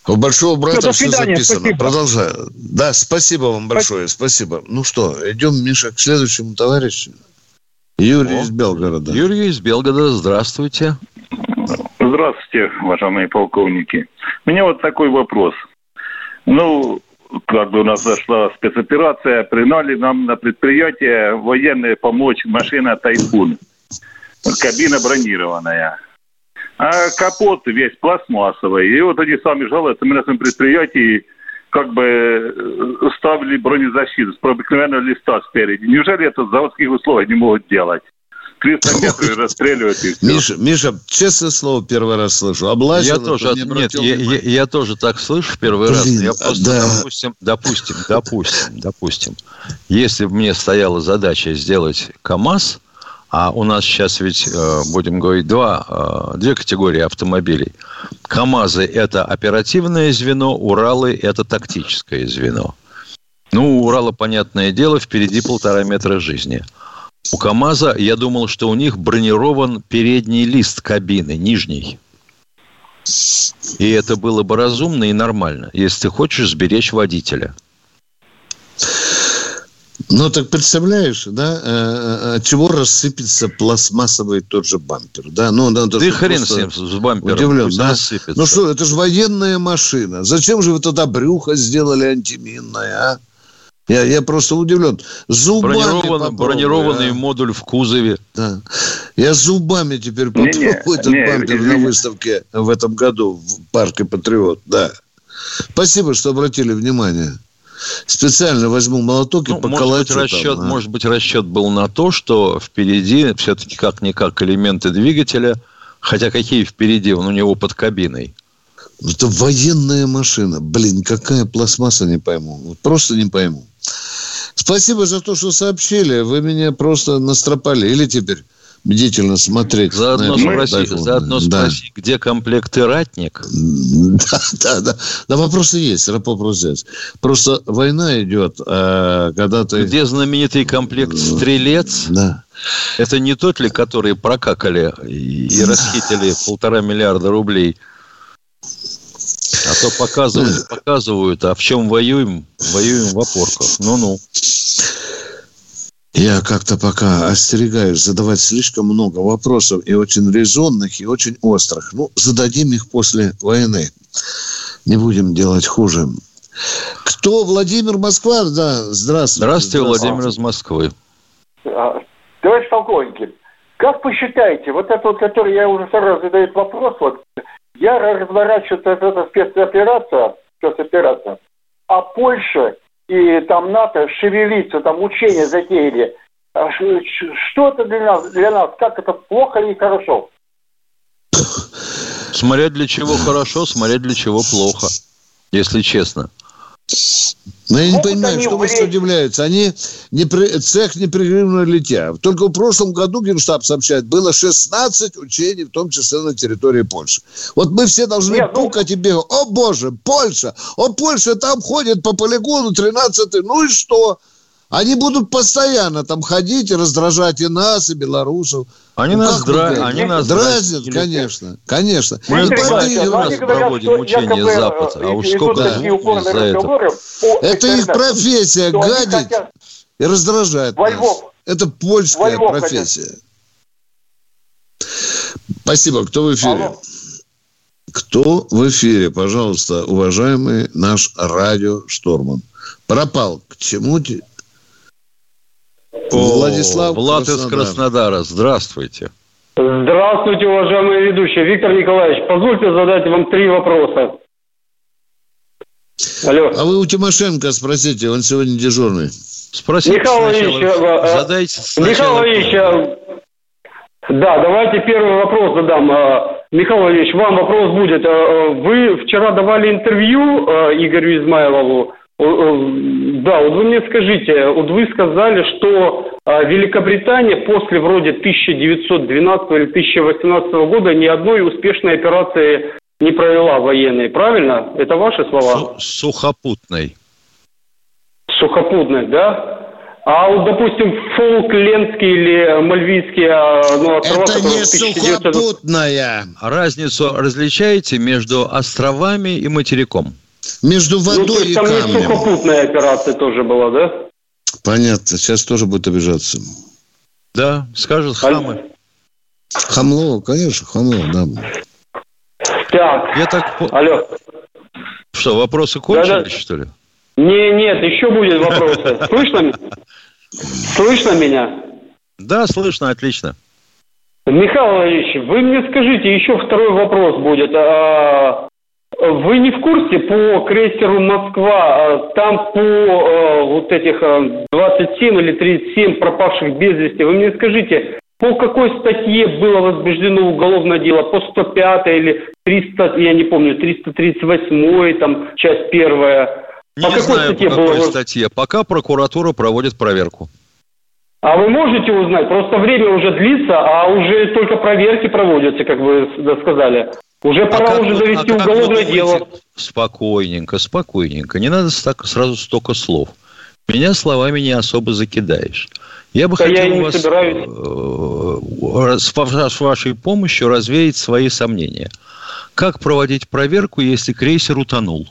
У большого брата все, все записано. Спасибо. Продолжаю. Да, спасибо вам большое, спасибо. Ну что, идем, Миша, к следующему товарищу. Юрий О, из Белгорода. Юрий из Белгорода, здравствуйте. Здравствуйте, уважаемые полковники. У меня вот такой вопрос. Ну, как бы у нас зашла спецоперация, пригнали нам на предприятие военные помочь машина «Тайфун». Кабина бронированная. А капот весь пластмассовый. И вот они сами жалуются, мы на своем предприятии как бы ставили бронезащиту с обыкновенного листа спереди. Неужели это в заводских условиях не могут делать? триста метров расстреливают и все. Миша, Миша, честное слово, первый раз слышу. Облазил, я тоже, от... нет, я, я, я тоже так слышу в первый Блин, раз. Я просто, да. допустим, допустим, допустим, допустим, если бы мне стояла задача сделать КАМАЗ, а у нас сейчас ведь, будем говорить, два, две категории автомобилей. КАМАЗы – это оперативное звено, Уралы – это тактическое звено. Ну, у Урала, понятное дело, впереди полтора метра жизни. У КАМАЗа, я думал, что у них бронирован передний лист кабины, нижний. И это было бы разумно и нормально, если ты хочешь сберечь водителя. Ну, так представляешь, да, от чего рассыпется пластмассовый тот же бампер, да? Ну, да, да хрен с ним, с бампером, удивлен, да? Рассыпется. Ну что, это же военная машина. Зачем же вы тогда брюхо сделали антиминное, а? Я, я просто удивлен. Зубами Бронирован, бронированный а? модуль в кузове. Да. Я зубами теперь попробую этот не, бампер не, на не. выставке в этом году в парке «Патриот». Да. Спасибо, что обратили внимание. Специально возьму молоток ну, и поколочу. Может быть, расчет, там, а? может быть, расчет был на то, что впереди все-таки как-никак элементы двигателя, хотя какие впереди, он у него под кабиной. Это военная машина. Блин, какая пластмасса, не пойму. Просто не пойму. Спасибо за то, что сообщили. Вы меня просто настропали. Или теперь бдительно смотреть. Заодно спроси, заодно да. спроси, где комплекты «Ратник»? Да, да, да. Да, вопросы есть. Вопрос есть. Просто война идет, а когда ты... Где знаменитый комплект «Стрелец»? Да. Это не тот ли, который прокакали и расхитили полтора миллиарда рублей? А то показывают, показывают, а в чем воюем? Воюем в опорках. Ну-ну. Я как-то пока остерегаюсь задавать слишком много вопросов и очень резонных, и очень острых. Ну, зададим их после войны. Не будем делать хуже. Кто? Владимир, Москва? Да, здравствуйте. Здравствуйте, Владимир из Москвы. Товарищ полковник, как посчитаете, вот это вот, который я уже сразу задаю вопрос, вот, я разворачиваю эту спецоперацию, спецоперацию, а Польша и там НАТО шевелится, там учения затеяли. Что это для нас, для нас? Как это, плохо или хорошо? Смотря для чего хорошо, смотря для чего плохо, если честно. Но я не Могут понимаю, что вас удивляется. Они не при... цех непрерывно летят. Только в прошлом году Генштаб сообщает, было шестнадцать учений, в том числе на территории Польши. Вот мы все должны Нет, пукать ну... и бегать. О, Боже, Польша! О, Польша там ходит по полигону тринадцатый. Ну и что? Они будут постоянно там ходить и раздражать и нас, и белорусов. Они, ну, нас, дра... Они нас дразнят, конечно, конечно. Мы один раз проводим учения Запад, а уж сколько да. из-за этого. Это их профессия, гадить и раздражать нас. Это польская профессия. Спасибо. Кто в эфире? Кто в эфире, пожалуйста, уважаемый наш радиоштурман? Пропал. К чему ты? О, Владислав Влад Краснодар. из Краснодара. Здравствуйте. Здравствуйте, уважаемые ведущие. Виктор Николаевич, позвольте задать вам три вопроса. Алло. А вы у Тимошенко спросите, он сегодня дежурный. Спросите Михаил Ильич, задайте Михаил Ильич, да, давайте первый вопрос задам. Михаил Ильич, вам вопрос будет. Вы вчера давали интервью Игорю Измайлову. Да, вот вы мне скажите, вот вы сказали, что Великобритания после вроде тысяча девятьсот двенадцатого или тысяча восемнадцатого года ни одной успешной операции не провела военной, правильно? Это ваши слова? Сухопутной. Сухопутной, да? А вот, допустим, Фолклендский или Мальвийский, ну, острова... Это не тысяча девятьсот... сухопутная. Разницу различаете между островами и материком? Между водой ну, и там камнем. Там не сухопутная операция тоже была, да? Понятно. Сейчас тоже будет обижаться. Да, скажут хамы. Хамло, конечно, хамло, да. Так, Я так... алло. Что, вопросы кончились, Да-да. что ли? Не, нет, еще будет вопросы. Слышно? Слышно меня? Да, слышно, отлично. Михаил Ильич, вы мне скажите, еще второй вопрос будет. Вы не в курсе по крейсеру «Москва», там по вот этих двадцать семь или тридцать семь пропавших без вести, вы мне скажите, по какой статье было возбуждено уголовное дело? По сто пятой или триста, я не помню, триста тридцать восьмой, там, часть первая. Не по знаю, по какой было... статье. Пока прокуратура проводит проверку. А вы можете узнать? Просто время уже длится, а уже только проверки проводятся, как вы сказали. Уже а пора уже завести а уголовное дело. Спокойненько, спокойненько. Не надо так, сразу столько слов. Меня словами не особо закидаешь. Я бы да хотел я вас э, с вашей помощью развеять свои сомнения. Как проводить проверку, если крейсер утонул?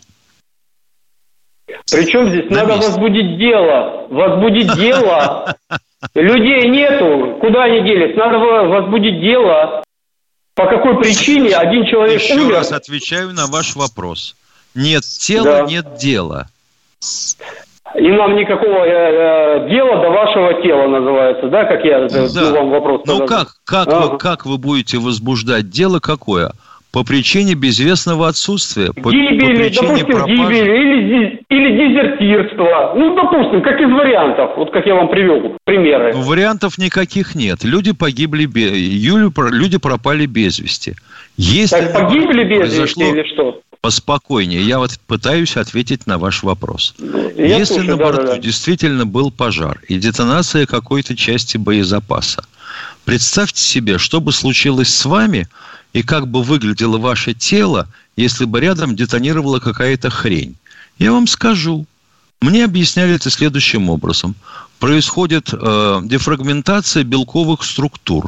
Причем здесь На надо месте. возбудить дело. Возбудить дело. Людей нету. Куда они делись? Надо возбудить дело. По какой причине один человек Еще умер? Еще раз отвечаю на ваш вопрос. Нет тела, да. нет дела. И нам никакого э, дела до вашего тела называется, да, как я да. ну, вам вопрос Ну задал. как, как, ага. вы, как вы будете возбуждать дело какое? По причине безвестного отсутствия? По, гибели, по допустим, пропажи? гибели или, или дезертирства. Ну, допустим, как из вариантов, вот как я вам привел примеры. Ну, вариантов никаких нет. Люди погибли, люди пропали без вести. Если так погибли без вести или что? Поспокойнее. Я вот пытаюсь ответить на ваш вопрос. Я Если слушаю, на борту да, да, да. действительно был пожар и детонация какой-то части боезапаса, представьте себе, что бы случилось с вами и как бы выглядело ваше тело, если бы рядом детонировала какая-то хрень. Я вам скажу. Мне объясняли это следующим образом. Происходит э, дефрагментация белковых структур.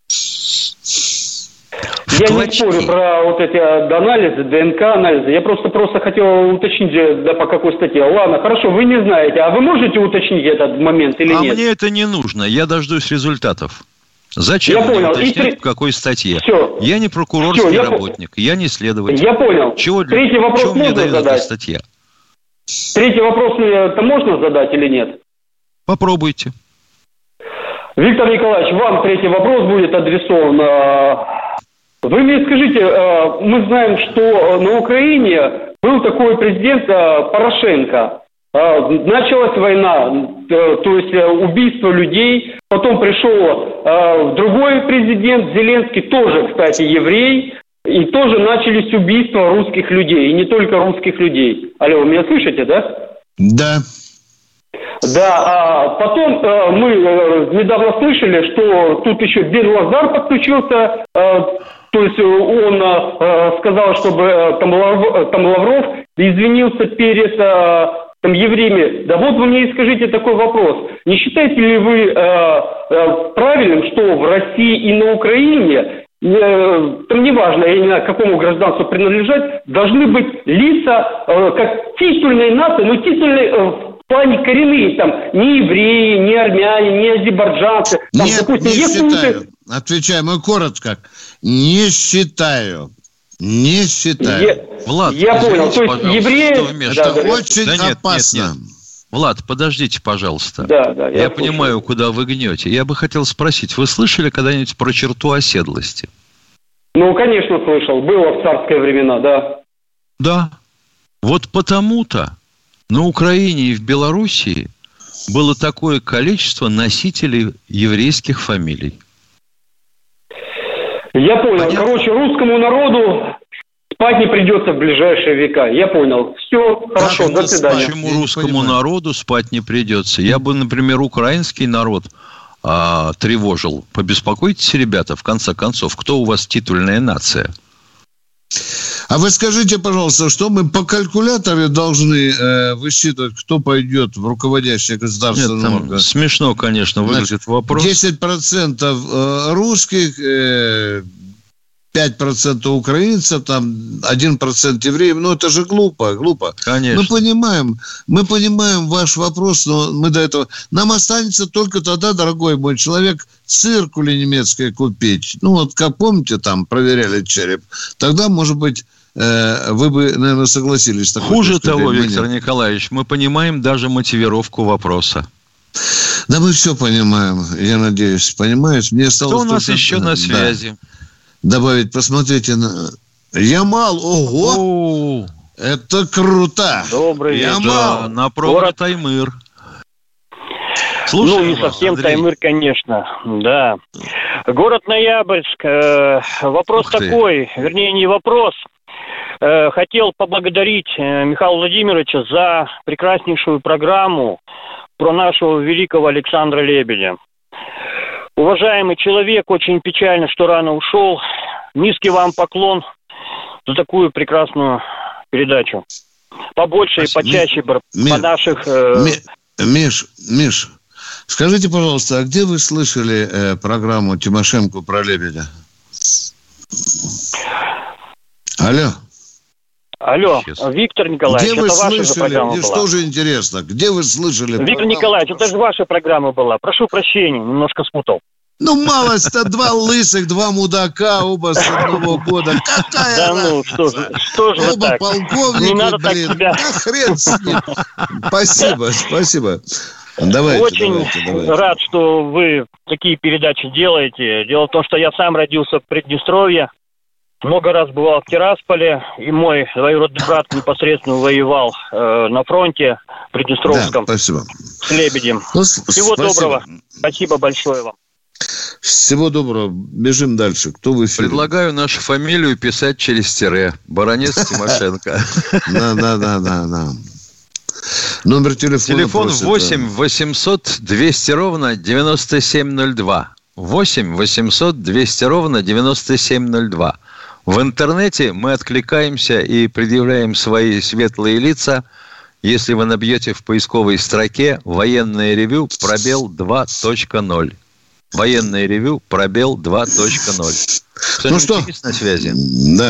В Я клочке. не спорю про вот эти анализы, ДНК-анализы. Я просто, просто хотел уточнить, да, по какой статье. Ладно, хорошо, вы не знаете. А вы можете уточнить этот момент или а нет? А мне это не нужно. Я дождусь результатов. Зачем я мне понял. уточнять, И... в какой статье? Все. Я не прокурорский Все, я работник, по... я не следователь. Я понял. Чего, Третий вопрос чего можно мне задать? Статья? Третий вопрос это можно задать или нет? Попробуйте. Виктор Николаевич, вам третий вопрос будет адресован. Вы мне скажите, мы знаем, что на Украине был такой президент Порошенко. Началась война, то есть убийство людей. Потом пришел другой президент, Зеленский, тоже, кстати, еврей. И тоже начались убийства русских людей. И не только русских людей. Алло, вы меня слышите, да? Да. Да, а потом э, мы э, недавно слышали, что тут еще Бен Лазар подключился, э, то есть он э, сказал, чтобы э, там, Лав, там Лавров извинился перед э, там, евреями. Да вот вы мне и скажите такой вопрос. Не считаете ли вы э, э, правильным, что в России и на Украине, э, там неважно, я не знаю, к какому гражданству принадлежать, должны быть лица, э, как титульной нации, но титульной... Э, в плане коренные, там, не евреи, не армяне, не азербайджанцы. Там, Нет, допустим, не если считаю. вы... Отвечаю, мы коротко. Не считаю. Не считаю. Я, Влад, я понял. То есть евреи... Это да, очень да, нет, опасно. Нет, нет. Влад, подождите, пожалуйста. Да, да, я я понимаю, куда вы гнете. Я бы хотел спросить, вы слышали когда-нибудь про черту оседлости? Ну, конечно, слышал. Было в царские времена, да. Да. Вот потому-то на Украине и в Белоруссии было такое количество носителей еврейских фамилий. Я понял. Понятно? Короче, русскому народу спать не придется в ближайшие века. Я понял. Все, хорошо, до свидания. Почему русскому народу спать не придется? Я бы, например, украинский народ а, тревожил. Побеспокойтесь, ребята, в конце концов, кто у вас титульная нация? А вы скажите, пожалуйста, что мы по калькулятору должны э, высчитывать, кто пойдет в руководящее государственное органы? Смешно, конечно, выглядит Значит, вопрос. десять процентов русских, э, пять процентов украинцев, там один процент евреев. Ну, это же глупо, глупо. Конечно. Мы понимаем, мы понимаем ваш вопрос, но мы до этого... Нам останется только тогда, дорогой мой человек, циркули немецкие купить. Ну, вот как помните, там проверяли череп. Тогда, может быть, э, вы бы, наверное, согласились. Хуже того, Виктор Николаевич, мы понимаем даже мотивировку вопроса. Да мы все понимаем, я надеюсь, понимаешь? Мне осталось Кто у нас только... еще на связи? Да. Добавить, посмотрите на... Ямал, ого! О-о-о. Это круто! Добрый вечер. Ямал. Да, на проводе Город... Таймыр. Слушай, ну, не вас, совсем Андрей. Таймыр, конечно, да. Город Ноябрьск. Э, вопрос такой, вернее, не вопрос. Э, хотел поблагодарить э, Михаила Владимировича за прекраснейшую программу про нашего великого Александра Лебедя. Уважаемый человек, очень печально, что рано ушел. Низкий вам поклон за такую прекрасную передачу. Побольше Спасибо. и почаще Ми... по наших... Э... Ми... Миш, Миш, скажите, пожалуйста, а где вы слышали э, программу Тимошенко про Лебедя? Алло. Алло, Сейчас. Виктор Николаевич, где это вы ваша слышали? же программа Мне была. Что же интересно, где вы слышали? Виктор программу? Николаевич, это же ваша программа была. Прошу прощения, немножко спутал. Ну, малость-то два лысых, два мудака, оба с одного года. Какая Да ну, что же, что же Оба так? полковники, Не надо так блин, себя... да хрен с ним. Спасибо, спасибо. Давайте, Очень давайте, давайте. рад, что вы такие передачи делаете. Дело в том, что я сам родился в Приднестровье. Много раз бывал в Тирасполе, и мой двоюродный брат непосредственно воевал э, на фронте Приднестровском. Да, спасибо. С Лебедем. Ну, Всего спасибо. доброго. Спасибо большое вам. Всего доброго. Бежим дальше. Кто в эфире? Предлагаю нашу фамилию писать через тире. Баронец Тимошенко. Да, да, да, да, да. Номер телефона. Телефон восемь восемьсот двести ровно девяносто семь ноль два. восемь восемьсот двести ровно девяносто семь ноль два. В интернете мы откликаемся и предъявляем свои светлые лица, если вы набьете в поисковой строке «Военное ревю» пробел два точка ноль. «Военное ревю» пробел два точка ноль. Ну что? На связи? Да.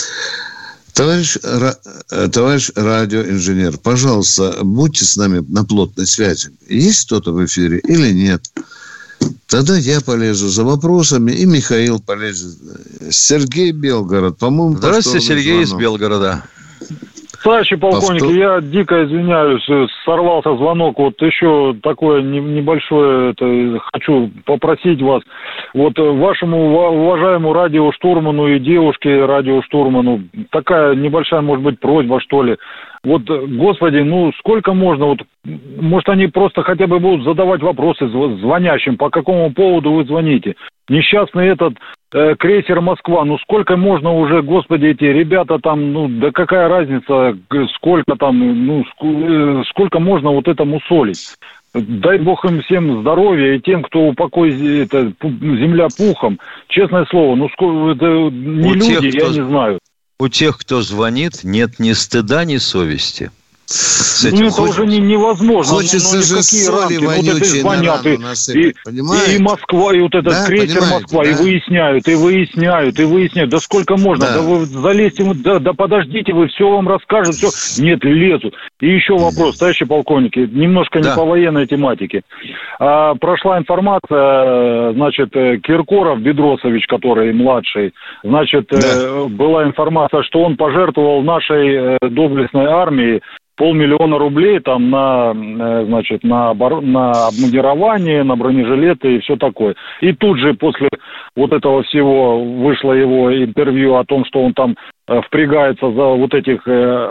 Товарищ, товарищ радиоинженер, пожалуйста, будьте с нами на плотной связи. Есть кто-то в эфире или нет? Тогда я полезу за вопросами, и Михаил полезет. Сергей Белгород, по-моему... Здравствуйте, Сергей из Белгорода. Товарищи полковники, Повтор... я дико извиняюсь, сорвался звонок. Вот еще такое небольшое, это, хочу попросить вас. Вот вашему уважаемому радиоштурману и девушке радиоштурману такая небольшая, может быть, просьба, что ли. Вот, господи, ну сколько можно, вот, может, они просто хотя бы будут задавать вопросы звонящим, по какому поводу вы звоните. Несчастный этот э, крейсер «Москва», ну сколько можно уже, господи, эти ребята там, ну да какая разница, сколько там, ну ск- сколько можно вот это мусолить. Дай бог им всем здоровья, и тем, кто упокой, это, земля пухом. Честное слово, ну сколько, это не у люди, тех, я кто... не знаю. У тех, кто звонит, нет ни стыда, ни совести. Ну, это уже не, невозможно. Хочется ну, же соли вонючей вот на рану насыпать, и, и Москва, и вот этот да, крейсер Москва, да? и выясняют, и выясняют, и выясняют. Да сколько можно? Да, да вы залезьте, да, да подождите, вы все вам расскажут, все. Нет, лезут. И еще вопрос, товарищи полковники, немножко да. не по военной тематике. А, прошла информация, значит, Киркоров Бедросович, который младший, значит, да. была информация, что он пожертвовал нашей доблестной армии полмиллиона рублей там на, значит, на, обор... на обмундирование, на бронежилеты и все такое. И тут же после вот этого всего вышло его интервью о том, что он там впрягается за вот этих,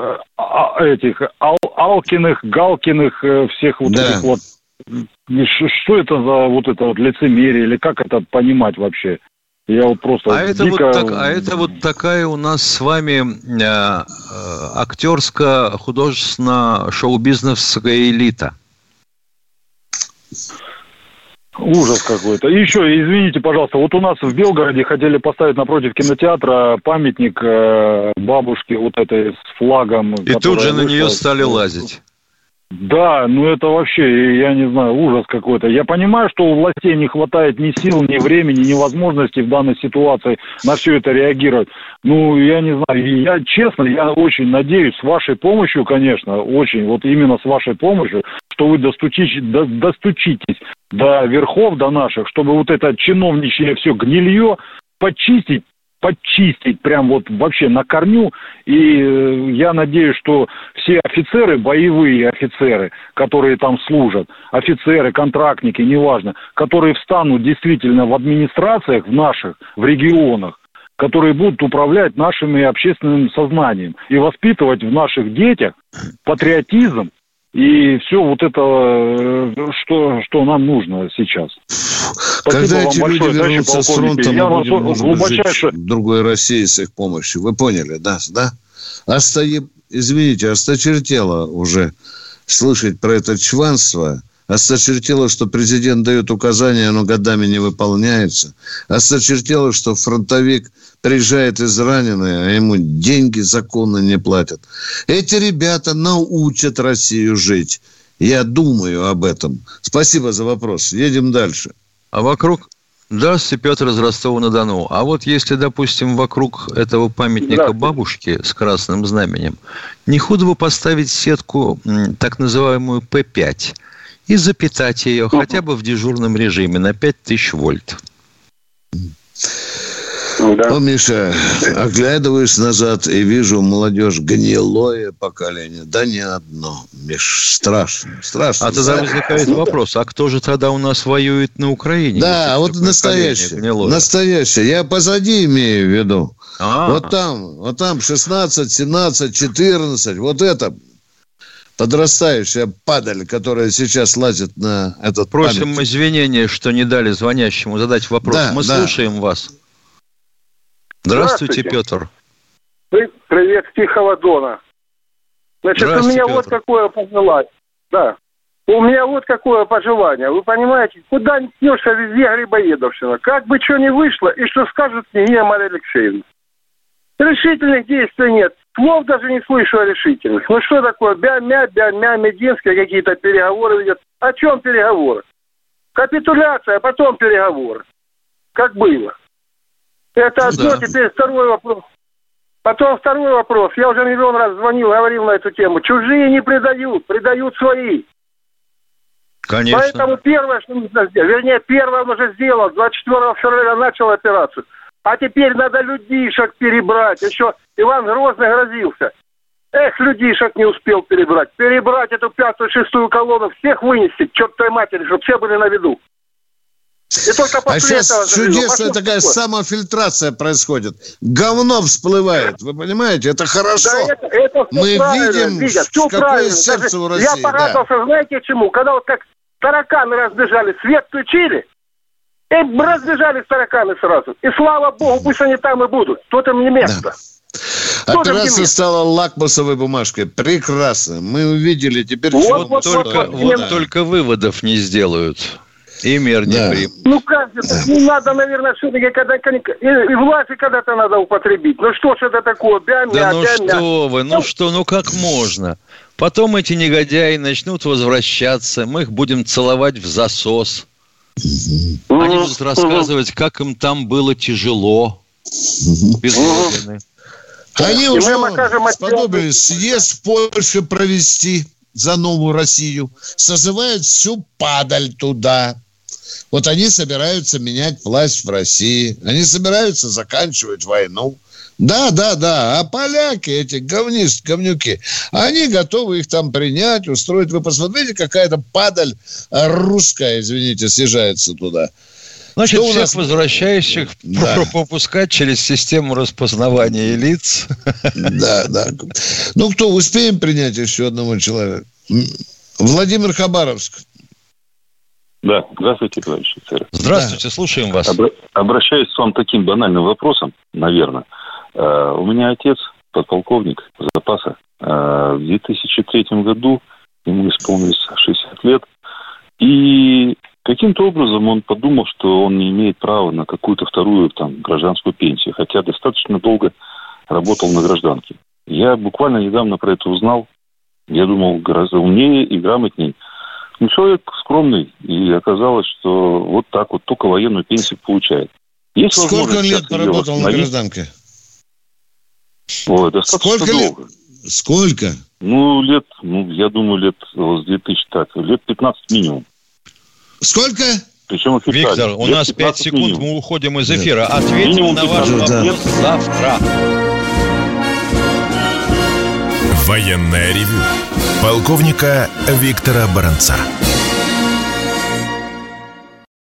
этих Ал... Алкиных, Галкиных, всех вот да. этих вот. Что это за вот это вот лицемерие, или как это понимать вообще? Я вот просто а, это дико... вот так, а это вот такая у нас с вами э, э, актерско-художественно-шоу-бизнесская элита. Ужас какой-то. И еще, извините, пожалуйста, вот у нас в Белгороде хотели поставить напротив кинотеатра памятник э, бабушке вот этой с флагом. И тут же на нее стали лазить. Да, ну это вообще, я не знаю, ужас какой-то. Я понимаю, что у властей не хватает ни сил, ни времени, ни возможности в данной ситуации на все это реагировать. Ну, я не знаю, я честно, я очень надеюсь, с вашей помощью, конечно, очень, вот именно с вашей помощью, что вы достучитесь, до, достучитесь до верхов, до наших, чтобы вот это чиновничье все гнилье почистить, подчистить прям вот вообще на корню. И э, я надеюсь, что все офицеры, боевые офицеры, которые там служат, офицеры, контрактники, неважно, которые встанут действительно в администрациях в наших, в регионах, которые будут управлять нашим общественным сознанием и воспитывать в наших детях патриотизм и все вот это, что, что нам нужно сейчас. Спасибо. Когда вам эти большое, люди вернутся с фронта, я мы будем, может глубочайше... быть, жить в другой России с их помощью. Вы поняли, да? да? Остоим... Извините, осточертело уже слышать про это чванство. Осточертело, что президент дает указания, оно годами не выполняется. Осточертело, что фронтовик приезжает израненный, а ему деньги законно не платят. Эти ребята научат Россию жить. Я думаю об этом. Спасибо за вопрос. Едем дальше. А вокруг... Здравствуйте, Петр из Ростова-на-Дону. А вот если, допустим, вокруг этого памятника бабушки с красным знаменем, не худо бы поставить сетку, так называемую Пэ пять, и запитать ее хотя бы в дежурном режиме на пять тысяч вольт. Да. Ну, Миша, оглядываюсь назад и вижу молодежь, гнилое поколение. Да не одно, Миш, страшно, страшно. А тогда возникает вопрос, а кто же тогда у нас воюет на Украине? Да, вот настоящее, настоящее. Я позади имею в виду. А-а-а. Вот там, вот там шестнадцать, семнадцать, четырнадцать, вот это подрастающая падаль, которая сейчас лазит на этот Просим памятник. извинения, что не дали звонящему задать вопрос. Да, Мы да. слушаем вас. Здравствуйте, Петр. Привет, Тихого Дона. Значит, у меня Петр. вот какое пожелание. Да. У меня вот какое пожелание. Вы понимаете, куда ни ткнешься, везде грибоедовщина. Как бы что ни вышло, и что скажет княгиня Мария Алексеевна. Решительных действий нет. Слов даже не слышу о решительных. Ну что такое? Бя-мя, бя-мя, Мединская, какие-то переговоры ведет. О чем переговоры? Капитуляция, а потом переговоры. Как было. Это одно, да. Теперь второй вопрос. Потом второй вопрос. Я уже миллион раз звонил, говорил на эту тему. Чужие не предают, предают свои. Конечно. Поэтому первое, что нужно сделать, вернее, первое он уже сделал, двадцать четвёртого февраля начал операцию. А теперь надо людишек перебрать. Еще Иван Грозный грозился. Эх, людишек не успел перебрать. Перебрать эту пятую, шестую колонну, всех вынести к чертовой матери, чтобы все были на виду. И только а сейчас чудесная такая такое? самофильтрация происходит. Говно всплывает. Вы понимаете? Это хорошо. Да, это, это Мы видим, видят, какое правильно. сердце Даже у России. Я порадовался, да. знаете чему? Когда вот как тараканы разбежали, свет включили, и разбежались тараканы сразу. И слава богу, пусть они там и будут. Тут им не место. Да. Операция стала лакмусовой бумажкой. Прекрасно. Мы увидели теперь... Вот, вот, вот, только, вот, вот, вот только выводов не сделают. И мир не да. примет. Ну как же, не надо, наверное, все-таки, когда и, и власти когда-то надо употребить. Ну что ж это такое? Бя-мя, да ну бя-мя. что вы, ну, ну что, ну как можно? Потом эти негодяи начнут возвращаться, мы их будем целовать в засос. Mm-hmm. Они будут рассказывать, как им там было тяжело. Без родины. Они и уже сподобились съезд в Польше провести за новую Россию. Созывают всю падаль туда. Вот они собираются менять власть в России. Они собираются заканчивать войну. Да, да, да. А поляки, эти говнист, говнюки, они готовы их там принять, устроить. Вы посмотрите, какая-то падаль русская, извините, съезжается туда. Значит, всех нас... возвращающих да. пропускать через систему распознавания лиц. Да, да. Ну, кто, успеем принять еще одного человека? Владимир, Хабаровск. Да, здравствуйте, товарищ офицер. Здравствуйте, да. слушаем вас. Обра- обращаюсь к вам таким банальным вопросом, наверное. Uh, у меня отец, подполковник запаса. Uh, в две тысячи третьем году ему исполнилось шестьдесят лет. И Каким-то образом он подумал, что он не имеет права на какую-то вторую там гражданскую пенсию, хотя достаточно долго работал на гражданке. Я буквально недавно про это узнал. Я думал, гораздо умнее и грамотней. Ну, человек скромный, и оказалось, что вот так вот только военную пенсию получает. Есть Сколько лет поработал на гражданке? Ой, достаточно Сколько долго. Лет? Сколько? Ну, лет, ну, я думаю, лет с две тысячи, так, лет пятнадцать минимум. Сколько? Причем официально. Виктор, у лет нас пять секунд, минимум. мы уходим из эфира. Ответим Минимум на ваш вопрос да. завтра. Военное ревю полковника Виктора Баранца.